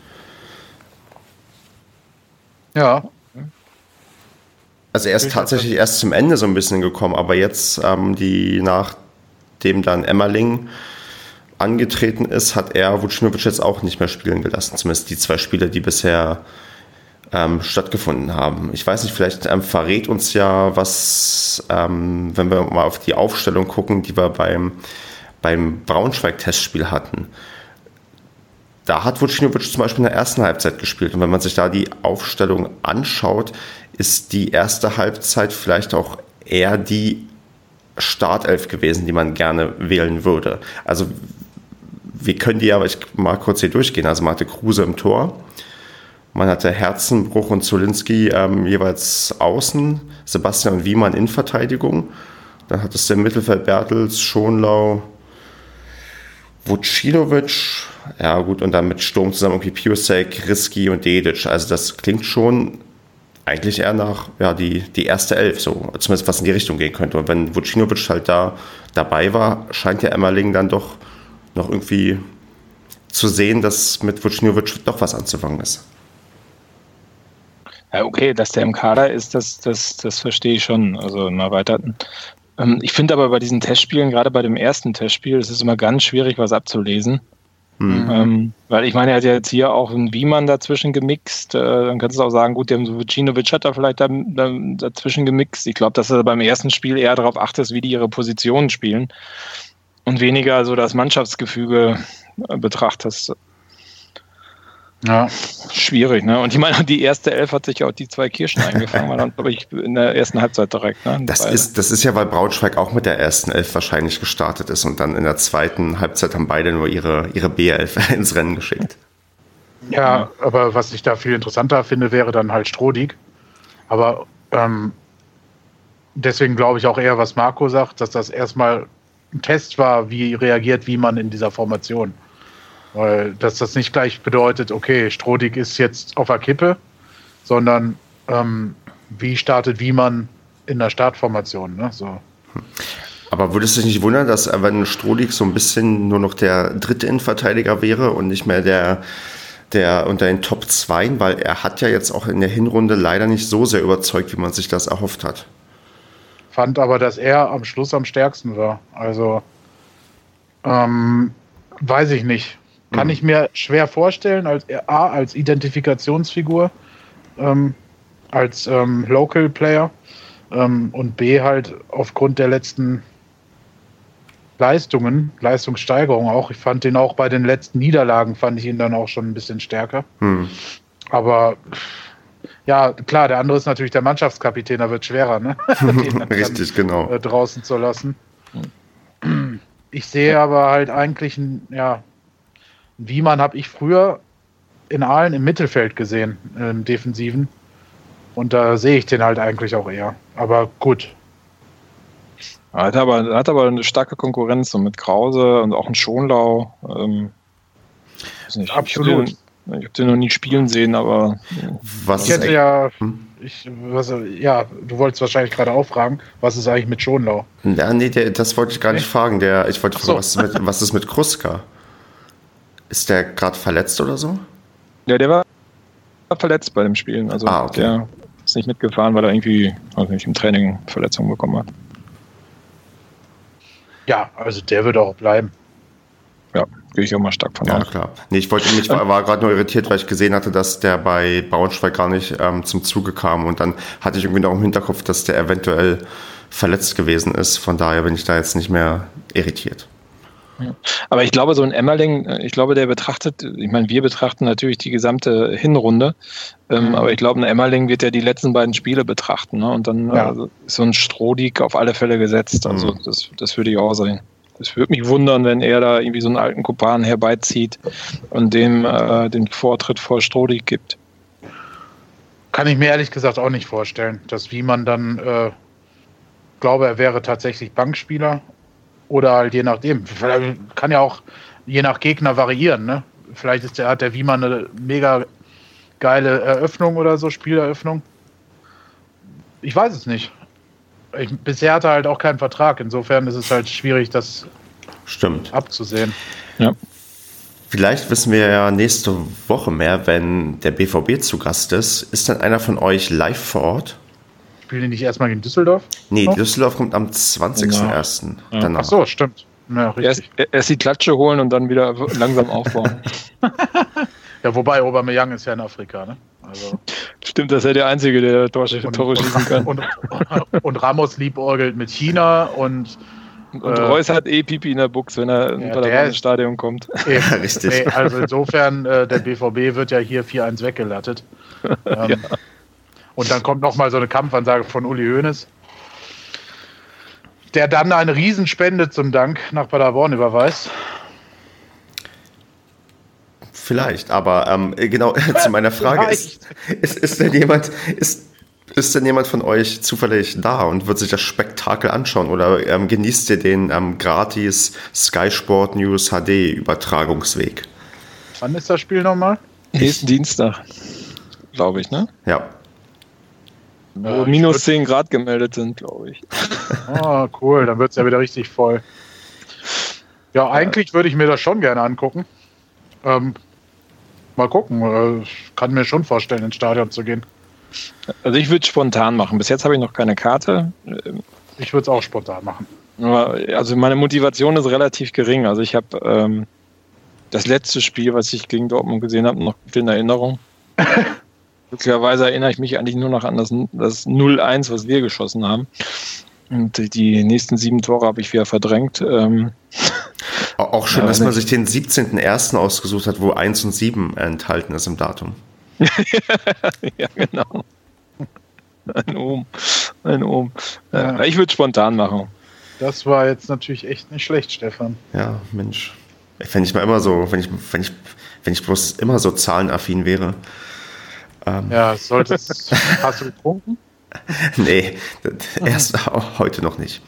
Ja. Also er ist tatsächlich erst zum Ende so ein bisschen gekommen, aber jetzt, nachdem dann Emmerling angetreten ist, hat er Vucinovic jetzt auch nicht mehr spielen gelassen. Zumindest die 2 Spiele, die bisher stattgefunden haben. Ich weiß nicht, vielleicht verrät uns ja was, wenn wir mal auf die Aufstellung gucken, die wir beim Braunschweig-Testspiel hatten. Da hat Vucinovic zum Beispiel in der ersten Halbzeit gespielt. Und wenn man sich da die Aufstellung anschaut, ist die erste Halbzeit vielleicht auch eher die Startelf gewesen, die man gerne wählen würde. Also wir können die aber, ich mal kurz hier durchgehen. Also man hatte Kruse im Tor, man hatte Herzenbruch und Zulinski jeweils außen, Sebastian und Wiemann in Verteidigung. Dann hat es der Mittelfeld Bertels, Schonlau, Vucinovic, ja gut, und dann mit Sturm zusammen irgendwie Piusek, Riski und Dedic. Also das klingt schon eigentlich eher nach die erste Elf, so zumindest was in die Richtung gehen könnte. Und wenn Vucinovic halt da dabei war, scheint ja Emmerling dann doch noch irgendwie zu sehen, dass mit Vucinovic doch was anzufangen ist. Ja, okay, dass der im Kader ist, das verstehe ich schon. Also im Erweiterten. Ich finde aber bei diesen Testspielen, gerade bei dem ersten Testspiel, es ist immer ganz schwierig, was abzulesen. Weil ich meine, er hat ja jetzt hier auch einen Wiemann dazwischen gemixt. Dann kannst du auch sagen, gut, der Vucinovic hat da vielleicht dazwischen gemixt. Ich glaube, dass er beim ersten Spiel eher darauf achtet, wie die ihre Positionen spielen und weniger so das Mannschaftsgefüge betrachtest. Ja. Schwierig, ne? Und ich meine, die erste Elf hat sich auch die 2 Kirschen eingefangen, weil dann, glaube ich, in der ersten Halbzeit direkt. Ne? Das ist ja, weil Braunschweig auch mit der ersten Elf wahrscheinlich gestartet ist und dann in der zweiten Halbzeit haben beide nur ihre B11 ins Rennen geschickt. Ja, aber was ich da viel interessanter finde, wäre dann halt Strodig. Aber deswegen glaube ich auch eher, was Marco sagt, dass das erstmal ein Test war, wie reagiert Wiemann in dieser Formation. Weil dass das nicht gleich bedeutet, okay, Strodig ist jetzt auf der Kippe, sondern wie startet Wiemann in der Startformation. Ne? So. Aber würdest du dich nicht wundern, dass wenn Strodig so ein bisschen nur noch der dritte Innenverteidiger wäre und nicht mehr der unter den Top 2, weil er hat ja jetzt auch in der Hinrunde leider nicht so sehr überzeugt, wie man sich das erhofft hat. Fand aber, dass er am Schluss am stärksten war. Also, weiß ich nicht. Kann ich mir schwer vorstellen, als Identifikationsfigur, als Local Player und B halt aufgrund der letzten Leistungssteigerung auch. Ich fand den auch bei den letzten Niederlagen, fand ich ihn dann auch schon ein bisschen stärker. Aber ja, klar, der andere ist natürlich der Mannschaftskapitän, da wird schwerer, ne? Den Richtig, genau. Draußen zu lassen. Ich sehe aber halt eigentlich, Wiemann habe ich früher in Aalen im Mittelfeld gesehen, im Defensiven. Und da sehe ich den halt eigentlich auch eher. Aber gut. Hat aber eine starke Konkurrenz so mit Krause und auch ein Schonlau. Absolut. Ich habe den noch nie spielen sehen, aber. Du wolltest wahrscheinlich gerade auch fragen, was ist eigentlich mit Schonlau? Ja, nee, das wollte ich gar nicht fragen. Ich wollte fragen, was ist mit Kruska? Ist der gerade verletzt oder so? Ja, der war verletzt bei dem Spielen. Also okay. Der ist nicht mitgefahren, weil er irgendwie im Training Verletzungen bekommen hat. Ja, also der wird auch bleiben. Ja, gehe ich auch mal stark von aus. Ja, klar. Nee, ich war gerade nur irritiert, weil ich gesehen hatte, dass der bei Braunschweig gar nicht zum Zuge kam. Und dann hatte ich irgendwie noch im Hinterkopf, dass der eventuell verletzt gewesen ist. Von daher bin ich da jetzt nicht mehr irritiert. Ja. Aber ich glaube, so ein Emmerling, der betrachtet, wir betrachten natürlich die gesamte Hinrunde, aber ich glaube, ein Emmerling wird ja die letzten beiden Spiele betrachten, ne? Und dann ist so ein Strohdig auf alle Fälle gesetzt. Also das würde ich auch sehen. Es würde mich wundern, wenn er da irgendwie so einen alten Kupan herbeizieht und dem den Vortritt vor Strohdig gibt. Kann ich mir ehrlich gesagt auch nicht vorstellen, dass Wiemann dann, glaube, er wäre tatsächlich Bankspieler. Oder halt je nachdem. Kann ja auch je nach Gegner variieren. Ne? Vielleicht hat der Wiemann eine mega geile Eröffnung oder so, Spieleröffnung. Ich weiß es nicht. Bisher hat er halt auch keinen Vertrag. Insofern ist es halt schwierig, das abzusehen. Ja. Vielleicht wissen wir ja nächste Woche mehr, wenn der BVB zu Gast ist. Ist dann einer von euch live vor Ort? Spielen die nicht erstmal gegen Düsseldorf? Nee, noch? Düsseldorf kommt am 20.01. Ja. Ach so, stimmt. Ja, richtig. Erst die Klatsche holen und dann wieder langsam aufbauen. Ja, wobei Aubameyang ist ja in Afrika, ne? Also stimmt, das ist ja der Einzige, der Tore schießen kann. Und Ramos liebäugelt mit China und Reus hat Pipi in der Buchse, wenn er ins Stadion kommt. Ja, richtig. Also insofern, der BVB wird ja hier 4-1 weggelattet. Ja. Und dann kommt nochmal so eine Kampfansage von Uli Hoeneß, der dann eine Riesenspende zum Dank nach Paderborn überweist. Vielleicht, aber genau zu meiner Frage, ist denn jemand von euch zufällig da und wird sich das Spektakel anschauen oder genießt ihr den gratis Sky Sport News HD Übertragungsweg? Wann ist das Spiel nochmal? Nächsten Dienstag, glaube ich, ne? Ja. Wo minus 10 Grad gemeldet sind, glaube ich. Ah, cool, dann wird es ja wieder richtig voll. Ja, eigentlich würde ich mir das schon gerne angucken. Mal gucken, ich kann mir schon vorstellen, ins Stadion zu gehen. Also ich würde es spontan machen. Bis jetzt habe ich noch keine Karte. Ich würde es auch spontan machen. Also meine Motivation ist relativ gering. Also ich habe das letzte Spiel, was ich gegen Dortmund gesehen habe, noch in Erinnerung. Glücklicherweise erinnere ich mich eigentlich nur noch an das 0-1, was wir geschossen haben. Und die nächsten 7 Tore habe ich wieder verdrängt. Auch schön, dass man sich den 17.01. ausgesucht hat, wo 1 und 7 enthalten ist im Datum. Ja, genau. Ein Ohm. Ja. Ich würde spontan machen. Das war jetzt natürlich echt nicht schlecht, Stefan. Ja, Mensch. Wenn ich mal immer so, wenn ich bloß immer so zahlenaffin wäre. Ja, hast du getrunken? Nee, erst heute noch nicht.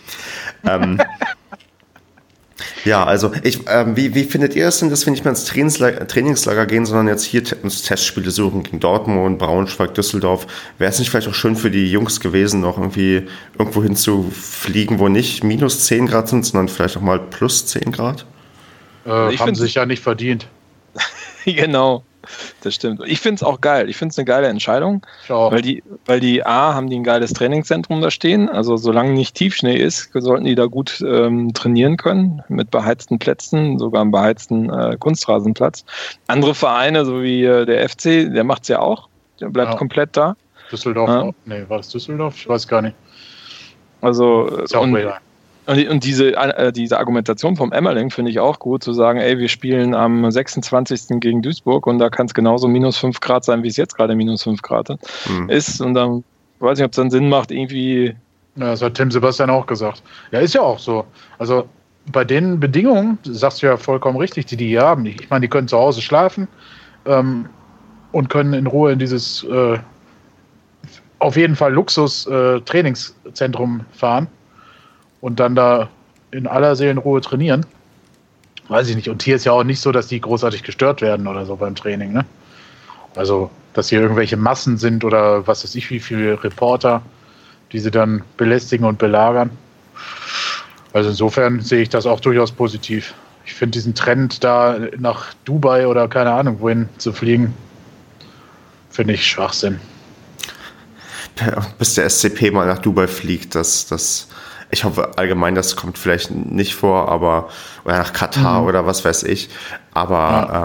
Ja, also wie findet ihr es denn, dass wir nicht mehr ins Trainingslager gehen, sondern jetzt hier uns Testspiele suchen gegen Dortmund, Braunschweig, Düsseldorf? Wäre es nicht vielleicht auch schön für die Jungs gewesen, noch irgendwie irgendwo hin zu fliegen, wo nicht minus 10 Grad sind, sondern vielleicht auch mal plus 10 Grad? Haben sich ja nicht verdient. Genau. Das stimmt. Ich finde es auch geil. Ich finde es eine geile Entscheidung, weil die haben die ein geiles Trainingszentrum da stehen. Also solange nicht Tiefschnee ist, sollten die da gut trainieren können mit beheizten Plätzen, sogar einem beheizten Kunstrasenplatz. Andere Vereine, so wie der FC, der macht es ja auch. Der bleibt komplett da. Düsseldorf auch? Nee, war das Düsseldorf? Ich weiß gar nicht. Also ist auch und diese Argumentation vom Emmerling finde ich auch gut, zu sagen, ey, wir spielen am 26. gegen Duisburg und da kann es genauso minus 5 Grad sein, wie es jetzt gerade minus 5 Grad ist. Und dann weiß ich, ob es dann Sinn macht, irgendwie. Ja, das hat Tim Sebastian auch gesagt. Ja, ist ja auch so. Also bei den Bedingungen, sagst du ja vollkommen richtig, die hier haben. Ich meine, die können zu Hause schlafen und können in Ruhe in dieses auf jeden Fall Luxus-Trainingszentrum fahren. Und dann da in aller Seelenruhe trainieren. Weiß ich nicht. Und hier ist ja auch nicht so, dass die großartig gestört werden oder so beim Training. Ne? Also, dass hier irgendwelche Massen sind oder was weiß ich, wie viele Reporter, die sie dann belästigen und belagern. Also insofern sehe ich das auch durchaus positiv. Ich finde diesen Trend da nach Dubai oder keine Ahnung wohin zu fliegen, finde ich Schwachsinn. Bis der SCP mal nach Dubai fliegt, ich hoffe allgemein, das kommt vielleicht nicht vor, aber oder nach Katar oder was weiß ich. Aber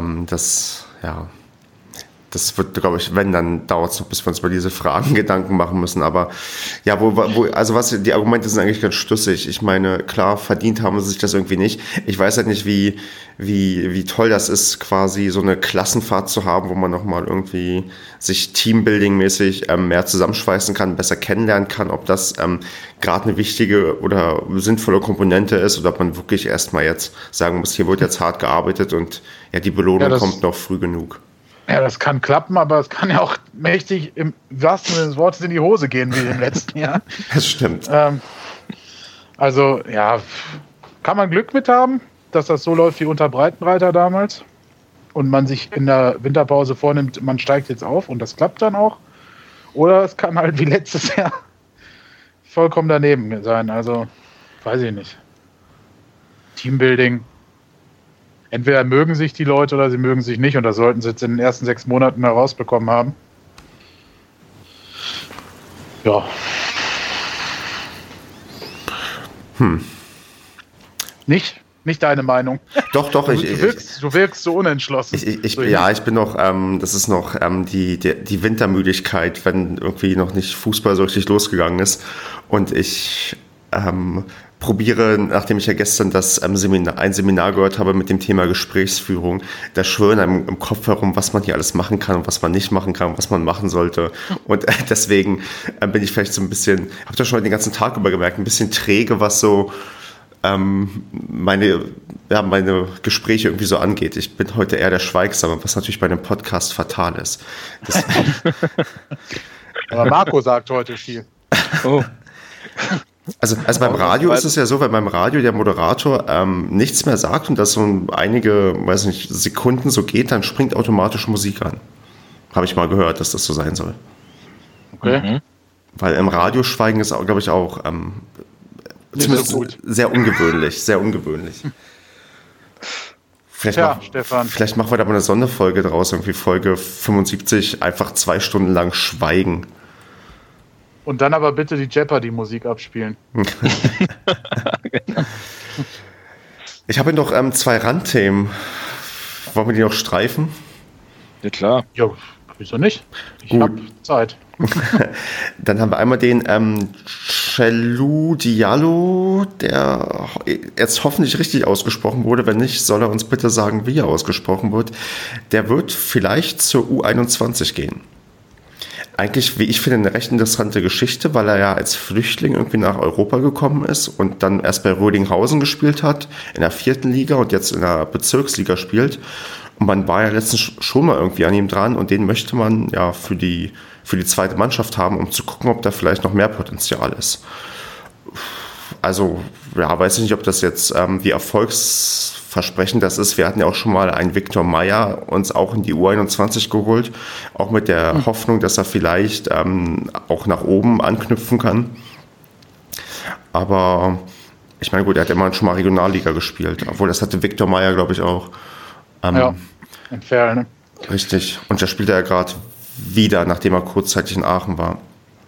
das wird, glaube ich, wenn, dann dauert es noch, bis wir uns über diese Fragen Gedanken machen müssen. Aber ja, also die Argumente sind eigentlich ganz schlüssig. Ich meine, klar, verdient haben sie sich das irgendwie nicht. Ich weiß halt nicht, wie toll das ist, quasi so eine Klassenfahrt zu haben, wo man nochmal irgendwie sich Teambuilding-mäßig mehr zusammenschweißen kann, besser kennenlernen kann, ob das gerade eine wichtige oder sinnvolle Komponente ist oder ob man wirklich erstmal jetzt sagen muss, hier wird jetzt hart gearbeitet und ja, die Belohnung kommt noch früh genug. Ja, das kann klappen, aber es kann ja auch mächtig im wahrsten Sinne des Wortes in die Hose gehen, wie im letzten Jahr. Das stimmt. Also, ja, kann man Glück mit haben, dass das so läuft wie unter Breitenreiter damals und man sich in der Winterpause vornimmt, man steigt jetzt auf und das klappt dann auch. Oder es kann halt wie letztes Jahr vollkommen daneben sein. Also, weiß ich nicht. Teambuilding. Entweder mögen sich die Leute oder sie mögen sich nicht und das sollten sie jetzt in den ersten 6 Monaten herausbekommen haben. Ja. Nicht deine Meinung. Doch. Du wirkst so unentschlossen. Ich bin noch, das ist noch die Wintermüdigkeit, wenn irgendwie noch nicht Fußball so richtig losgegangen ist. Und ich probiere, nachdem ich ja gestern ein Seminar gehört habe mit dem Thema Gesprächsführung, da schwirren einem im Kopf herum, was man hier alles machen kann und was man nicht machen kann, was man machen sollte. Und deswegen bin ich vielleicht so ein bisschen, habe das schon den ganzen Tag über gemerkt, ein bisschen träge, was so meine Gespräche irgendwie so angeht. Ich bin heute eher der Schweigsame, was natürlich bei einem Podcast fatal ist. Aber Marco sagt heute viel. Oh. Also beim Radio ist es ja so, wenn beim Radio der Moderator nichts mehr sagt und das so einige, Sekunden so geht, dann springt automatisch Musik an. Habe ich mal gehört, dass das so sein soll. Okay. Weil im Radio Schweigen ist, glaube ich, auch zumindest so sehr ungewöhnlich. Vielleicht machen wir da mal eine Sonderfolge draus, irgendwie Folge 75, einfach 2 Stunden lang schweigen. Und dann aber bitte die Jeopardy-Musik abspielen. Ich habe noch 2 Randthemen. Wollen wir die noch streifen? Ja, klar. Ja, wieso nicht? Ich habe Zeit. Dann haben wir einmal den Chelou Diallo, der jetzt hoffentlich richtig ausgesprochen wurde. Wenn nicht, soll er uns bitte sagen, wie er ausgesprochen wird. Der wird vielleicht zur U21 gehen. Eigentlich, wie ich finde, eine recht interessante Geschichte, weil er ja als Flüchtling irgendwie nach Europa gekommen ist und dann erst bei Rödinghausen gespielt hat, in der 4. Liga und jetzt in der Bezirksliga spielt. Und man war ja letztens schon mal irgendwie an ihm dran und den möchte man ja für die zweite Mannschaft haben, um zu gucken, ob da vielleicht noch mehr Potenzial ist. Also, ja, weiß ich nicht, ob das jetzt wie erfolgsversprechend das ist. Wir hatten ja auch schon mal einen Viktor Meyer uns auch in die U21 geholt, auch mit der Hoffnung, dass er vielleicht auch nach oben anknüpfen kann. Aber ich meine, gut, er hat immer schon mal Regionalliga gespielt, obwohl das hatte Viktor Meyer, glaube ich, auch. Ja, in Ferl, ne? Richtig. Und da spielt er ja gerade wieder, nachdem er kurzzeitig in Aachen war.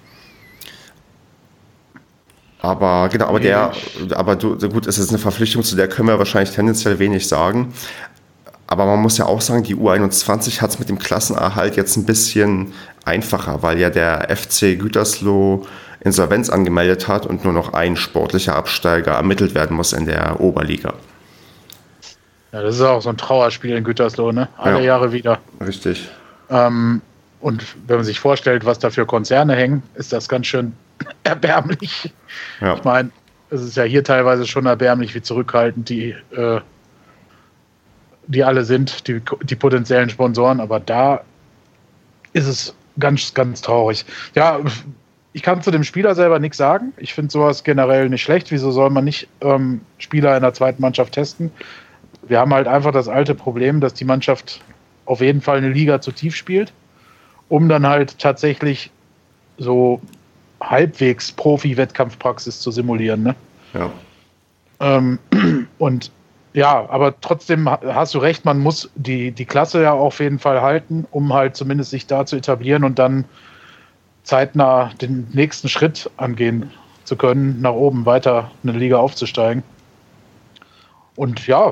Aber genau, gut, es ist eine Verpflichtung, zu der können wir wahrscheinlich tendenziell wenig sagen. Aber man muss ja auch sagen, die U21 hat es mit dem Klassenerhalt jetzt ein bisschen einfacher, weil ja der FC Gütersloh Insolvenz angemeldet hat und nur noch ein sportlicher Absteiger ermittelt werden muss in der Oberliga. Ja, das ist auch so ein Trauerspiel in Gütersloh, ne? Alle Jahre wieder. Richtig. Und wenn man sich vorstellt, was da für Konzerne hängen, ist das ganz schön erbärmlich. Ja. Ich meine, es ist ja hier teilweise schon erbärmlich, wie zurückhaltend die alle sind, die potenziellen Sponsoren, aber da ist es ganz, ganz traurig. Ja, ich kann zu dem Spieler selber nichts sagen. Ich finde sowas generell nicht schlecht. Wieso soll man nicht Spieler in der zweiten Mannschaft testen? Wir haben halt einfach das alte Problem, dass die Mannschaft auf jeden Fall eine Liga zu tief spielt, um dann halt tatsächlich so halbwegs Profi-Wettkampfpraxis zu simulieren. Ne? Ja. Und ja, aber trotzdem hast du recht, man muss die Klasse ja auf jeden Fall halten, um halt zumindest sich da zu etablieren und dann zeitnah den nächsten Schritt angehen zu können, nach oben weiter eine Liga aufzusteigen. Und ja,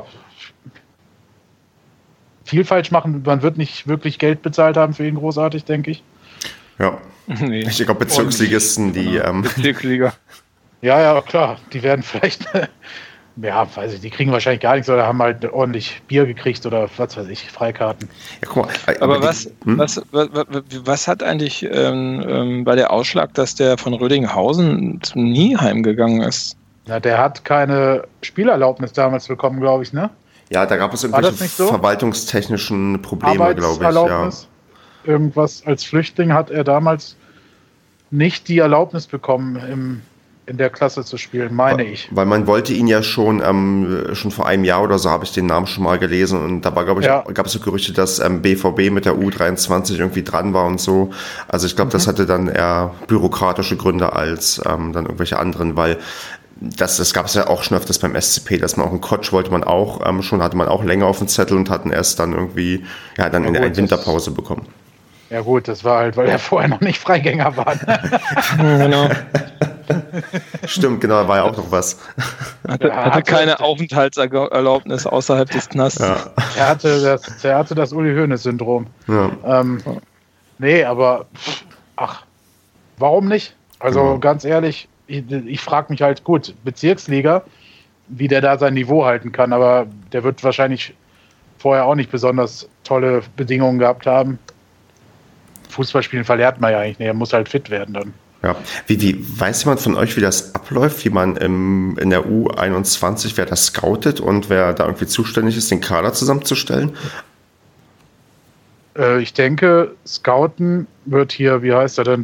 viel falsch machen, man wird nicht wirklich Geld bezahlt haben für ihn großartig, denke ich. Ja, nee. Ich glaube Bezirksligisten, die... Bezirksliga. Ja, klar, die werden vielleicht... Ja, weiß ich, die kriegen wahrscheinlich gar nichts oder haben halt ordentlich Bier gekriegt oder was weiß ich, Freikarten. Ja, guck mal, aber was hat eigentlich bei der Ausschlag, dass der von Rödinghausen zu Nieheim gegangen ist? Na, der hat keine Spielerlaubnis damals bekommen, glaube ich, ne? Ja, da gab es irgendwelche verwaltungstechnischen Probleme, glaube ich. Ja. Irgendwas als Flüchtling hat er damals nicht die Erlaubnis bekommen, in der Klasse zu spielen, meine ich. Weil man wollte ihn ja schon vor einem Jahr oder so, habe ich den Namen schon mal gelesen und da war, glaube ich, gab es so Gerüchte, dass BVB mit der U23 irgendwie dran war und so. Also ich glaube, das hatte dann eher bürokratische Gründe als dann irgendwelche anderen, weil das gab es ja auch schon öfters beim SCP, dass man auch einen Coach wollte man auch hatte man auch länger auf dem Zettel und hatten erst dann irgendwie, in der Winterpause bekommen. Ja gut, das war halt, weil er vorher noch nicht Freigänger war. Genau. Stimmt, genau, da war ja auch noch was. Hatte keine Aufenthaltserlaubnis außerhalb des Knasts. Ja. Er hatte das Uli-Hoeneß-Syndrom. Ja. Nee, aber warum nicht? Also ganz ehrlich, ich frage mich halt, gut, Bezirksliga, wie der da sein Niveau halten kann, aber der wird wahrscheinlich vorher auch nicht besonders tolle Bedingungen gehabt haben. Fußballspielen verlernt man ja eigentlich nicht, er muss halt fit werden dann. Ja. Wie weiß jemand von euch, wie das abläuft, wie man in der U21, wer das scoutet und wer da irgendwie zuständig ist, den Kader zusammenzustellen? Ich denke, Scouten wird hier, wie heißt er denn,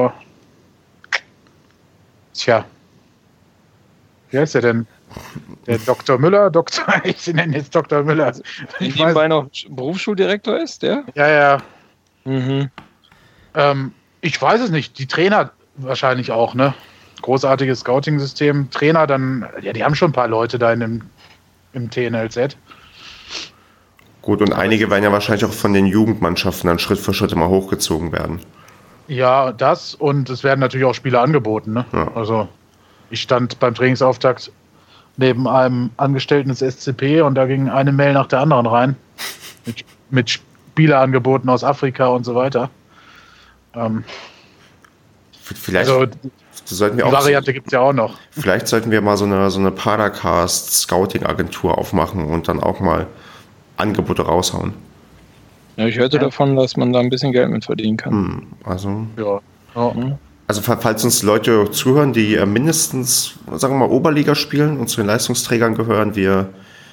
wie heißt er denn? Der Dr. Müller, ich nenne jetzt Dr. Müller. Ich nebenbei noch Berufsschuldirektor ist, der? Ja. Mhm. Ich weiß es nicht. Die Trainer wahrscheinlich auch, ne? Großartiges Scouting-System. Trainer dann, die haben schon ein paar Leute da im TNLZ. Gut, und einige werden ja wahrscheinlich auch von den Jugendmannschaften dann Schritt für Schritt immer hochgezogen werden. Ja, das und es werden natürlich auch Spiele angeboten, ne? Ja. Also ich stand beim Trainingsauftakt neben einem Angestellten des SCP und da ging eine Mail nach der anderen rein. Mit Spieleangeboten aus Afrika und so weiter. Vielleicht sollten wir die Variante gibt es ja auch noch. Vielleicht sollten wir mal so eine Padercast-Scouting-Agentur aufmachen und dann auch mal Angebote raushauen. Ja, ich hörte davon, dass man da ein bisschen Geld mit verdienen kann. Also, ja. Also falls uns Leute zuhören, die mindestens, sagen wir mal, Oberliga spielen und zu den Leistungsträgern gehören, wir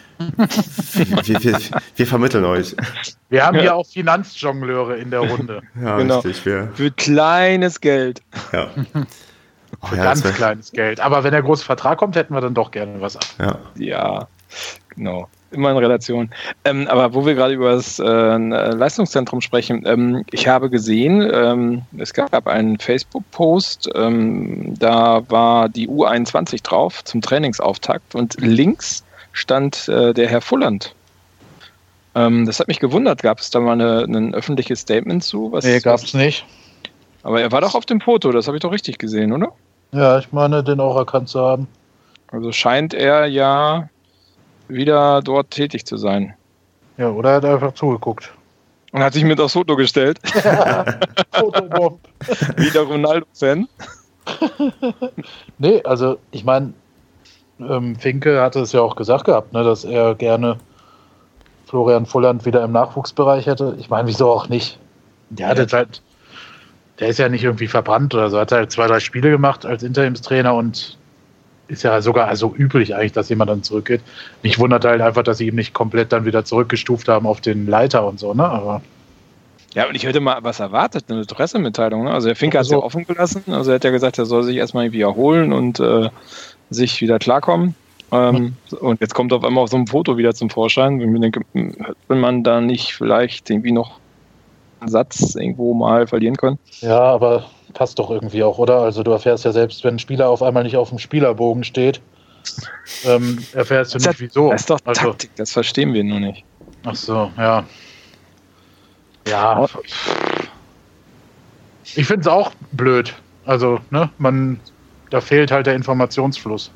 vermitteln euch. Wir haben hier auch Finanzjongleure in der Runde. Ja, genau. Richtig. Für kleines Geld. Ja. Für ganz kleines Geld. Aber wenn der große Vertrag kommt, hätten wir dann doch gerne was ab. Ja, genau. Immer in Relation. Aber wo wir gerade über das Leistungszentrum sprechen, ich habe gesehen, es gab einen Facebook-Post, da war die U21 drauf zum Trainingsauftakt und links stand der Herr Fulland. Das hat mich gewundert. Gab es da mal ein öffentliches Statement zu? Nee, gab es nicht. Aber er war doch auf dem Foto, das habe ich doch richtig gesehen, oder? Ja, ich meine, den auch erkannt zu haben. Also scheint er ja wieder dort tätig zu sein. Ja, oder er hat einfach zugeguckt. Und hat sich mit aufs Foto gestellt. Fotobomb. Wieder Ronaldo-Fan. Nee, also ich meine, Finke hatte es ja auch gesagt gehabt, ne, dass er gerne Florian Volland wieder im Nachwuchsbereich hätte. Ich meine, wieso auch nicht? Der hat jetzt halt, der ist ja nicht irgendwie verbrannt oder so, hat halt 2, 3 Spiele gemacht als Interimstrainer und ist ja sogar also üblich eigentlich, dass jemand dann zurückgeht. Mich wundert halt einfach, dass sie ihm nicht komplett dann wieder zurückgestuft haben auf den Leiter und so, ne? Aber ja, und ich hätte mal was erwartet, eine Pressemitteilung, ne? Also der Finke hat es ja offen gelassen, also er hat ja gesagt, er soll sich erstmal irgendwie erholen und sich wieder klarkommen. Und jetzt kommt auf einmal auf so einem Foto wieder zum Vorschein. Wenn ich denke, wenn man da nicht vielleicht irgendwie noch einen Satz irgendwo mal verlieren können. ja, aber passt doch irgendwie auch, oder? Also du erfährst ja selbst, wenn ein Spieler auf einmal nicht auf dem Spielerbogen steht, erfährst du nicht, wieso. Das ist doch Taktik, das verstehen wir nur nicht. Ach so, ja. Ja. Ich finde es auch blöd. Also, ne, da fehlt halt der Informationsfluss.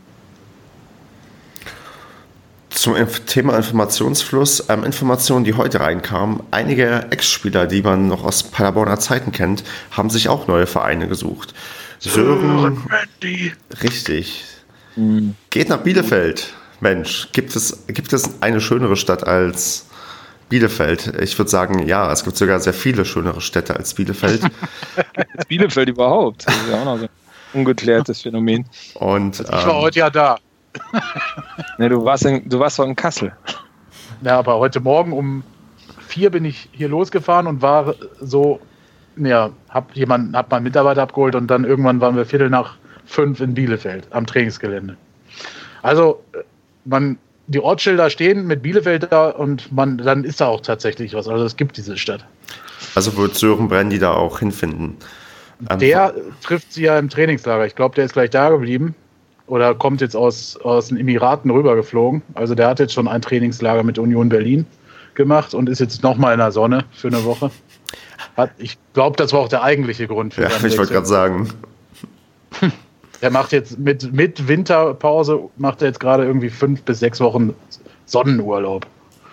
Zum Thema Informationsfluss, Informationen, die heute reinkamen. Einige Ex-Spieler, die man noch aus Paderborner Zeiten kennt, haben sich auch neue Vereine gesucht. Sören Brandy. Richtig. Geht nach Bielefeld. Mensch, gibt es eine schönere Stadt als Bielefeld? Ich würde sagen, ja, es gibt sogar sehr viele schönere Städte als Bielefeld. Ist Bielefeld überhaupt? Das ist ja auch noch so ein ungeklärtes Phänomen. Und, ich war heute ja da. Ne, du warst doch in Kassel. Ja, aber heute Morgen um 4 bin ich hier losgefahren und war so, ja, hab meinen Mitarbeiter abgeholt und dann irgendwann waren wir 4:45 in Bielefeld am Trainingsgelände. Also die Ortsschilder stehen mit Bielefeld da und dann ist da auch tatsächlich was. Also es gibt diese Stadt. Also wird Sören Brandy da auch hinfinden? Der trifft sie ja im Trainingslager. Ich glaube, der ist gleich da geblieben. Oder kommt jetzt aus den Emiraten rübergeflogen. Also der hat jetzt schon ein Trainingslager mit Union Berlin gemacht und ist jetzt nochmal in der Sonne für eine Woche. Ich glaube, das war auch der eigentliche Grund für seinen Wechsel. Ich wollte gerade sagen. Der macht jetzt mit Winterpause, macht er jetzt gerade irgendwie 5 bis 6 Wochen Sonnenurlaub.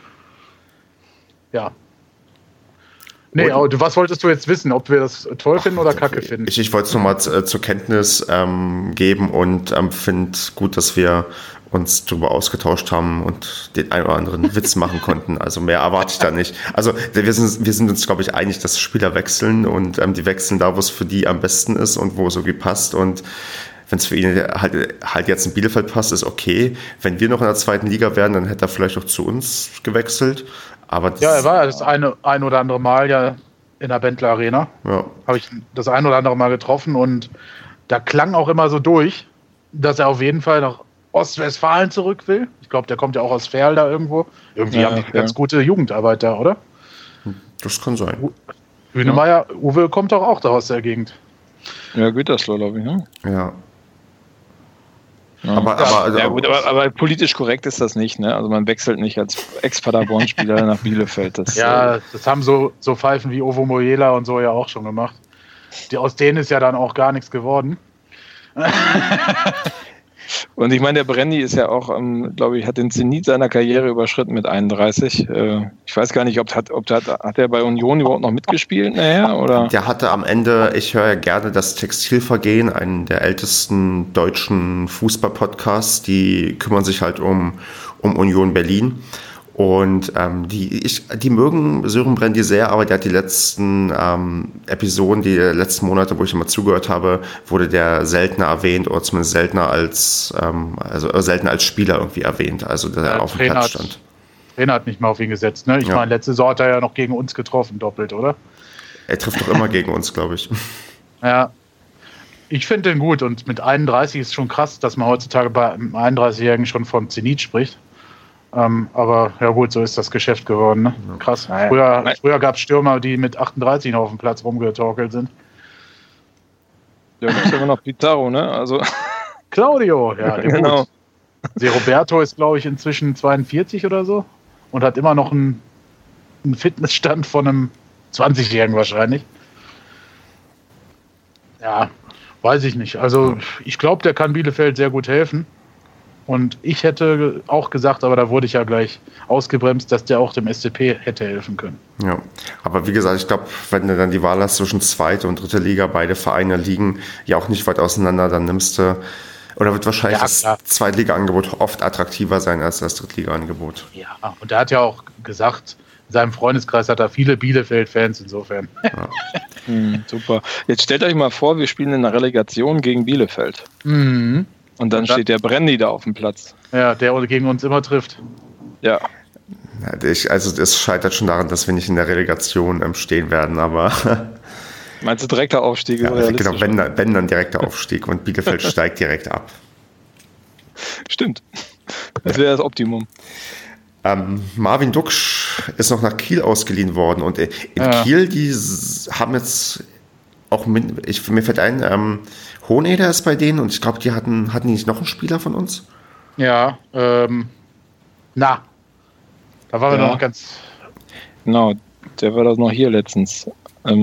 Ja. Nee, aber was wolltest du jetzt wissen? Ob wir das toll finden oder kacke finden? Ich wollte es nochmal zur Kenntnis geben und finde gut, dass wir uns darüber ausgetauscht haben und den einen oder anderen Witz machen konnten. Also mehr erwarte ich da nicht. Also wir sind uns, glaube ich, einig, dass Spieler wechseln und die wechseln da, wo es für die am besten ist und wo es irgendwie passt. Und wenn es für ihn halt jetzt in Bielefeld passt, ist okay. Wenn wir noch in der 2. Liga wären, dann hätte er vielleicht auch zu uns gewechselt. Aber ja, er war ja das ein oder andere Mal ja in der Bentler Arena. Ja. Habe ich das ein oder andere Mal getroffen und da klang auch immer so durch, dass er auf jeden Fall nach Ostwestfalen zurück will. Ich glaube, der kommt ja auch aus Ferl da irgendwo. Irgendwie haben die eine ganz gute Jugendarbeit da, oder? Das kann sein. Hünemeyer, Uwe kommt doch auch da aus der Gegend. Ja, Gütersloh, glaube ich, ne? Ja. Ja. Aber politisch korrekt ist das nicht, ne? Also man wechselt nicht als Ex-Paderborn-Spieler nach Bielefeld. Das haben so Pfeifen wie Ovo Moyela und so ja auch schon gemacht. Aus denen ist ja dann auch gar nichts geworden. Und ich meine, der Brandy ist ja auch, glaube ich, hat den Zenit seiner Karriere überschritten mit 31. Ich weiß gar nicht, hat er bei Union überhaupt noch mitgespielt nachher? Oder? Der hatte am Ende, ich höre ja gerne das Textilvergehen, einen der ältesten deutschen Fußball-Podcasts, die kümmern sich halt um Union Berlin. Und die mögen Sören Brandy sehr, aber der hat die letzten Episoden, die letzten Monate, wo ich immer zugehört habe, wurde der seltener erwähnt oder zumindest seltener als Spieler irgendwie erwähnt, also der auf dem Platz stand. Trainer hat nicht mal auf ihn gesetzt, ne? Ich meine, letzte Saison hat er ja noch gegen uns getroffen, doppelt, oder? Er trifft doch immer gegen uns, glaube ich. Ja, ich finde den gut und mit 31 ist schon krass, dass man heutzutage bei einem 31-Jährigen schon vom Zenit spricht. Aber ja gut, so ist das Geschäft geworden. Ne? Krass. Früher gab es Stürmer, die mit 38 noch auf dem Platz rumgetorkelt sind. Ja, das ist immer noch Pizarro, ne? Also Claudio, ja, genau. De Roberto ist, glaube ich, inzwischen 42 oder so. und hat immer noch einen Fitnessstand von einem 20-Jährigen wahrscheinlich. Ja, weiß ich nicht. Also ich glaube, der kann Bielefeld sehr gut helfen. Und ich hätte auch gesagt, aber da wurde ich ja gleich ausgebremst, dass der auch dem SCP hätte helfen können. Ja, aber wie gesagt, ich glaube, wenn du dann die Wahl hast zwischen zweite und dritte Liga, beide Vereine liegen ja auch nicht weit auseinander, dann nimmst du, oder wird wahrscheinlich das Zweitliga-Angebot oft attraktiver sein als das Drittliga-Angebot. Ja, und er hat ja auch gesagt, in seinem Freundeskreis hat er viele Bielefeld-Fans, insofern. Ja. Super. Jetzt stellt euch mal vor, wir spielen in einer Relegation gegen Bielefeld. Mhm. Und dann steht der Brandy da auf dem Platz. Ja, der gegen uns immer trifft. Ja. Also es scheitert schon daran, dass wir nicht in der Relegation stehen werden, aber... Meinst du direkter Aufstieg? Ja, also genau, wenn dann direkter Aufstieg und Bielefeld steigt direkt ab. Stimmt. Das wäre das Optimum. Marvin Duksch ist noch nach Kiel ausgeliehen worden und in Kiel, die haben jetzt auch, mir fällt ein, Hoheneder ist bei denen und ich glaube, die hatten die nicht noch einen Spieler von uns? Ja, da waren wir noch ganz... Genau, der war das noch hier letztens. Aber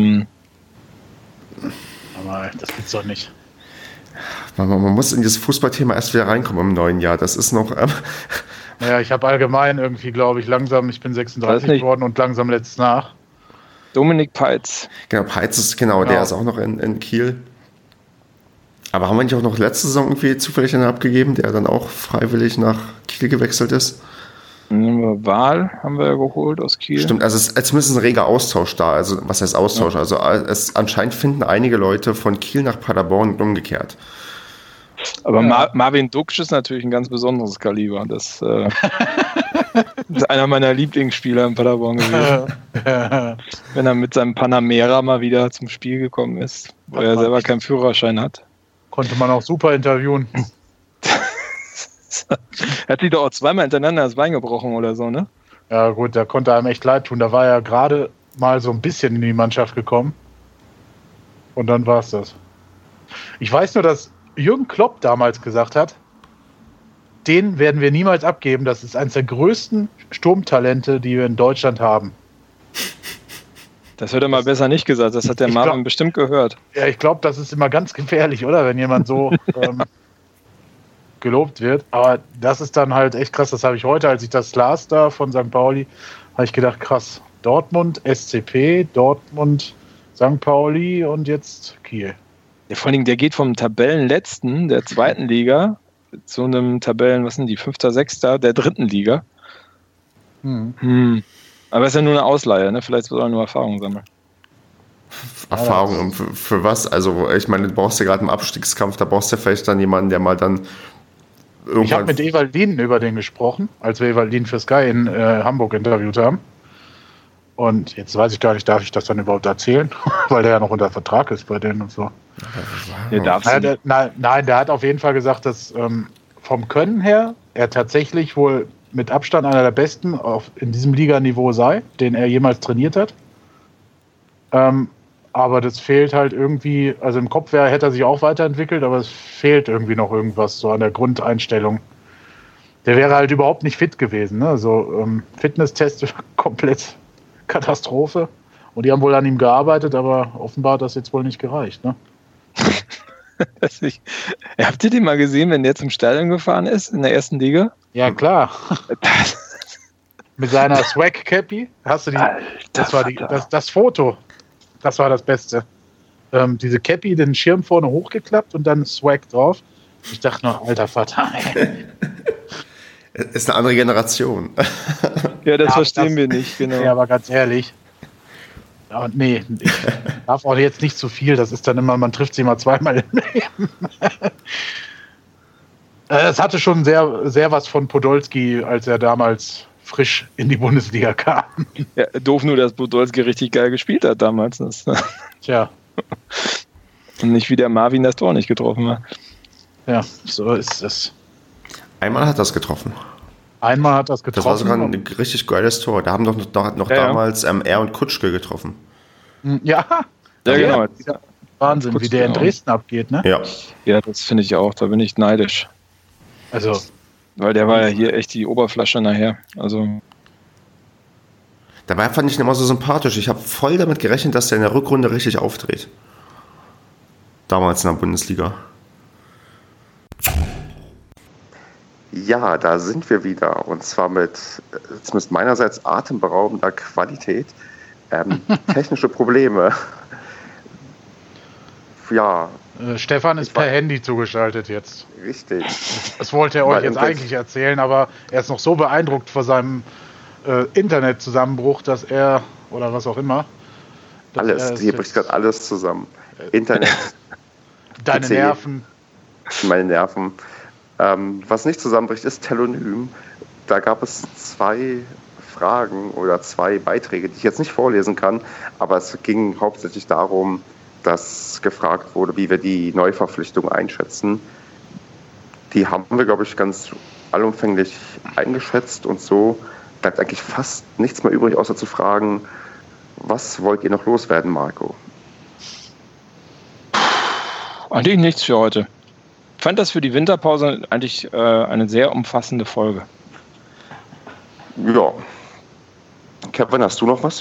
das gibt's doch nicht. Man muss in dieses Fußballthema erst wieder reinkommen im neuen Jahr. Das ist noch... Naja, ich habe allgemein irgendwie, glaube ich, langsam, ich bin 36 geworden und langsam letzt nach. Dominik Peitz. Genau, Peitz ist, der ist auch noch in Kiel. Aber haben wir nicht auch noch letzte Saison irgendwie zufällig einen abgegeben, der dann auch freiwillig nach Kiel gewechselt ist? Wahl haben wir ja geholt aus Kiel. Stimmt, also es ist zumindest ein reger Austausch da. Also was heißt Austausch? Ja. Also anscheinend finden einige Leute von Kiel nach Paderborn und umgekehrt. Aber Marvin Duksch ist natürlich ein ganz besonderes Kaliber. Das ist einer meiner Lieblingsspieler in Paderborn gewesen. Wenn er mit seinem Panamera mal wieder zum Spiel gekommen ist, weil er selber keinen Führerschein hat. Konnte man auch super interviewen. Er hat sich doch auch zweimal hintereinander das Bein gebrochen oder so, ne? Ja gut, da konnte einem echt leid tun. Da war er gerade mal so ein bisschen in die Mannschaft gekommen. Und dann war es das. Ich weiß nur, dass Jürgen Klopp damals gesagt hat, den werden wir niemals abgeben. Das ist eines der größten Sturmtalente, die wir in Deutschland haben. Das hätte er mal besser nicht gesagt. Das hat der Marvin bestimmt gehört. Ja, ich glaube, das ist immer ganz gefährlich, oder? Wenn jemand so gelobt wird. Aber das ist dann halt echt krass. Das habe ich heute, als ich das las da von St. Pauli, habe ich gedacht, krass. Dortmund, SCP, Dortmund, St. Pauli und jetzt Kiel. Ja, vor allen Dingen, der geht vom Tabellenletzten der zweiten Liga zu einem Tabellen, 5., 6. der dritten Liga. Aber es ist ja nur eine Ausleihe, ne? Vielleicht soll er nur Erfahrung sammeln. Erfahrung für was? Also ich meine, du brauchst ja gerade im Abstiegskampf, da brauchst du ja vielleicht dann jemanden, der mal dann irgendwann... Ich habe mit Ewaldin über den gesprochen, als wir Ewaldin für Sky in Hamburg interviewt haben. Und jetzt weiß ich gar nicht, darf ich das dann überhaupt erzählen? Weil der ja noch unter Vertrag ist bei denen und so. Der hat auf jeden Fall gesagt, dass vom Können her er tatsächlich wohl mit Abstand einer der Besten in diesem Liganiveau sei, den er jemals trainiert hat. Aber das fehlt halt irgendwie, also im Kopf hätte er sich auch weiterentwickelt, aber es fehlt irgendwie noch irgendwas so an der Grundeinstellung. Der wäre halt überhaupt nicht fit gewesen. Ne? Also Fitnesstest komplett Katastrophe. Und die haben wohl an ihm gearbeitet, aber offenbar hat das jetzt wohl nicht gereicht. Ne? Habt ihr den mal gesehen, wenn der zum Stadion gefahren ist in der ersten Liga? Ja, klar. Mit seiner Swag-Cappy. Hast du die? Das Foto. Das war das Beste. Diese Cappy, den Schirm vorne hochgeklappt und dann Swag drauf. Ich dachte noch, alter Vater. Ist eine andere Generation. Ja, das verstehen wir nicht, genau. Ja, aber ganz ehrlich. Ja, nee, ich darf auch jetzt nicht zu viel. Das ist dann immer, man trifft sie mal zweimal im Leben. Es hatte schon sehr, sehr was von Podolski, als er damals frisch in die Bundesliga kam. Ja, doof nur, dass Podolski richtig geil gespielt hat damals. Tja. Und nicht wie der Marvin das Tor nicht getroffen hat. Ja, so ist es. Einmal hat das getroffen. Das war sogar ein richtig geiles Tor. Da haben doch damals er und Kutschke getroffen. Ja, genau. Wahnsinn, Kutschke, wie der in Dresden abgeht, ne? Ja, das finde ich auch. Da bin ich neidisch. Also, weil der war ja hier echt die Oberflasche nachher. Also Dabei fand ich ihn immer so sympathisch. Ich habe voll damit gerechnet, dass der in der Rückrunde richtig aufdreht. Damals in der Bundesliga. Ja, da sind wir wieder. Und zwar mit zumindest meinerseits atemberaubender Qualität. Technische Probleme. Ja. Stefan ist per Handy zugeschaltet jetzt. Richtig. Das wollte er euch jetzt eigentlich erzählen, aber er ist noch so beeindruckt vor seinem Internetzusammenbruch, dass er, oder was auch immer. Alles, hier bricht gerade alles zusammen. Internet. Deine PC, Nerven. Meine Nerven. Was nicht zusammenbricht, ist Telonym. Da gab es 2 Fragen oder 2 Beiträge, die ich jetzt nicht vorlesen kann, aber es ging hauptsächlich darum, dass gefragt wurde, wie wir die Neuverpflichtung einschätzen. Die haben wir, glaube ich, ganz allumfänglich eingeschätzt und so bleibt eigentlich fast nichts mehr übrig, außer zu fragen, was wollt ihr noch loswerden, Marco? Eigentlich nichts für heute. Ich fand das für die Winterpause eigentlich eine sehr umfassende Folge. Ja. Kevin, hast du noch was?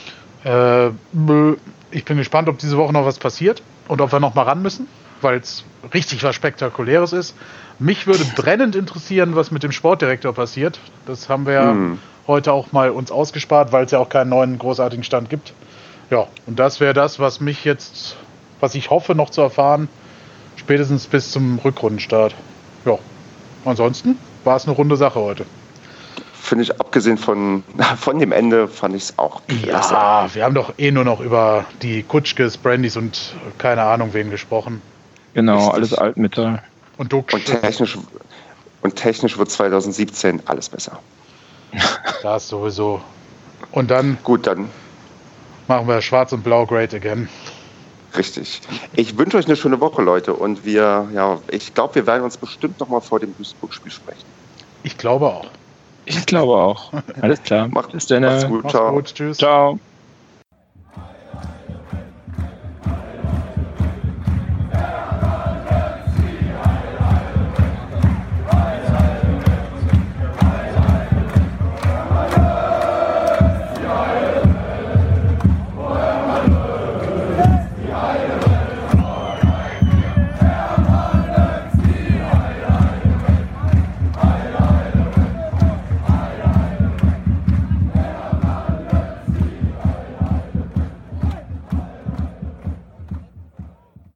Ich bin gespannt, ob diese Woche noch was passiert und ob wir noch mal ran müssen, weil es richtig was Spektakuläres ist. Mich würde brennend interessieren, was mit dem Sportdirektor passiert. Das haben wir heute auch mal uns ausgespart, weil es ja auch keinen neuen großartigen Stand gibt. Ja, und das wäre das, was ich hoffe noch zu erfahren, spätestens bis zum Rückrundenstart. Ja, ansonsten war es eine runde Sache heute. Finde ich, abgesehen von dem Ende, fand ich es auch klasse. Ja, wir haben doch nur noch über die Kutschkes, Brandys und keine Ahnung wen gesprochen. Genau, richtig. Alles Altmetall. Und technisch wird 2017 alles besser. Das sowieso. Und dann... Gut, dann machen wir Schwarz und Blau great again. Richtig. Ich wünsche euch eine schöne Woche, Leute. Und ich glaube, wir werden uns bestimmt noch mal vor dem Duisburg-Spiel sprechen. Ich glaube auch. Ich glaube auch. Alles klar. Macht's gut. Ciao. Tschüss. Ciao.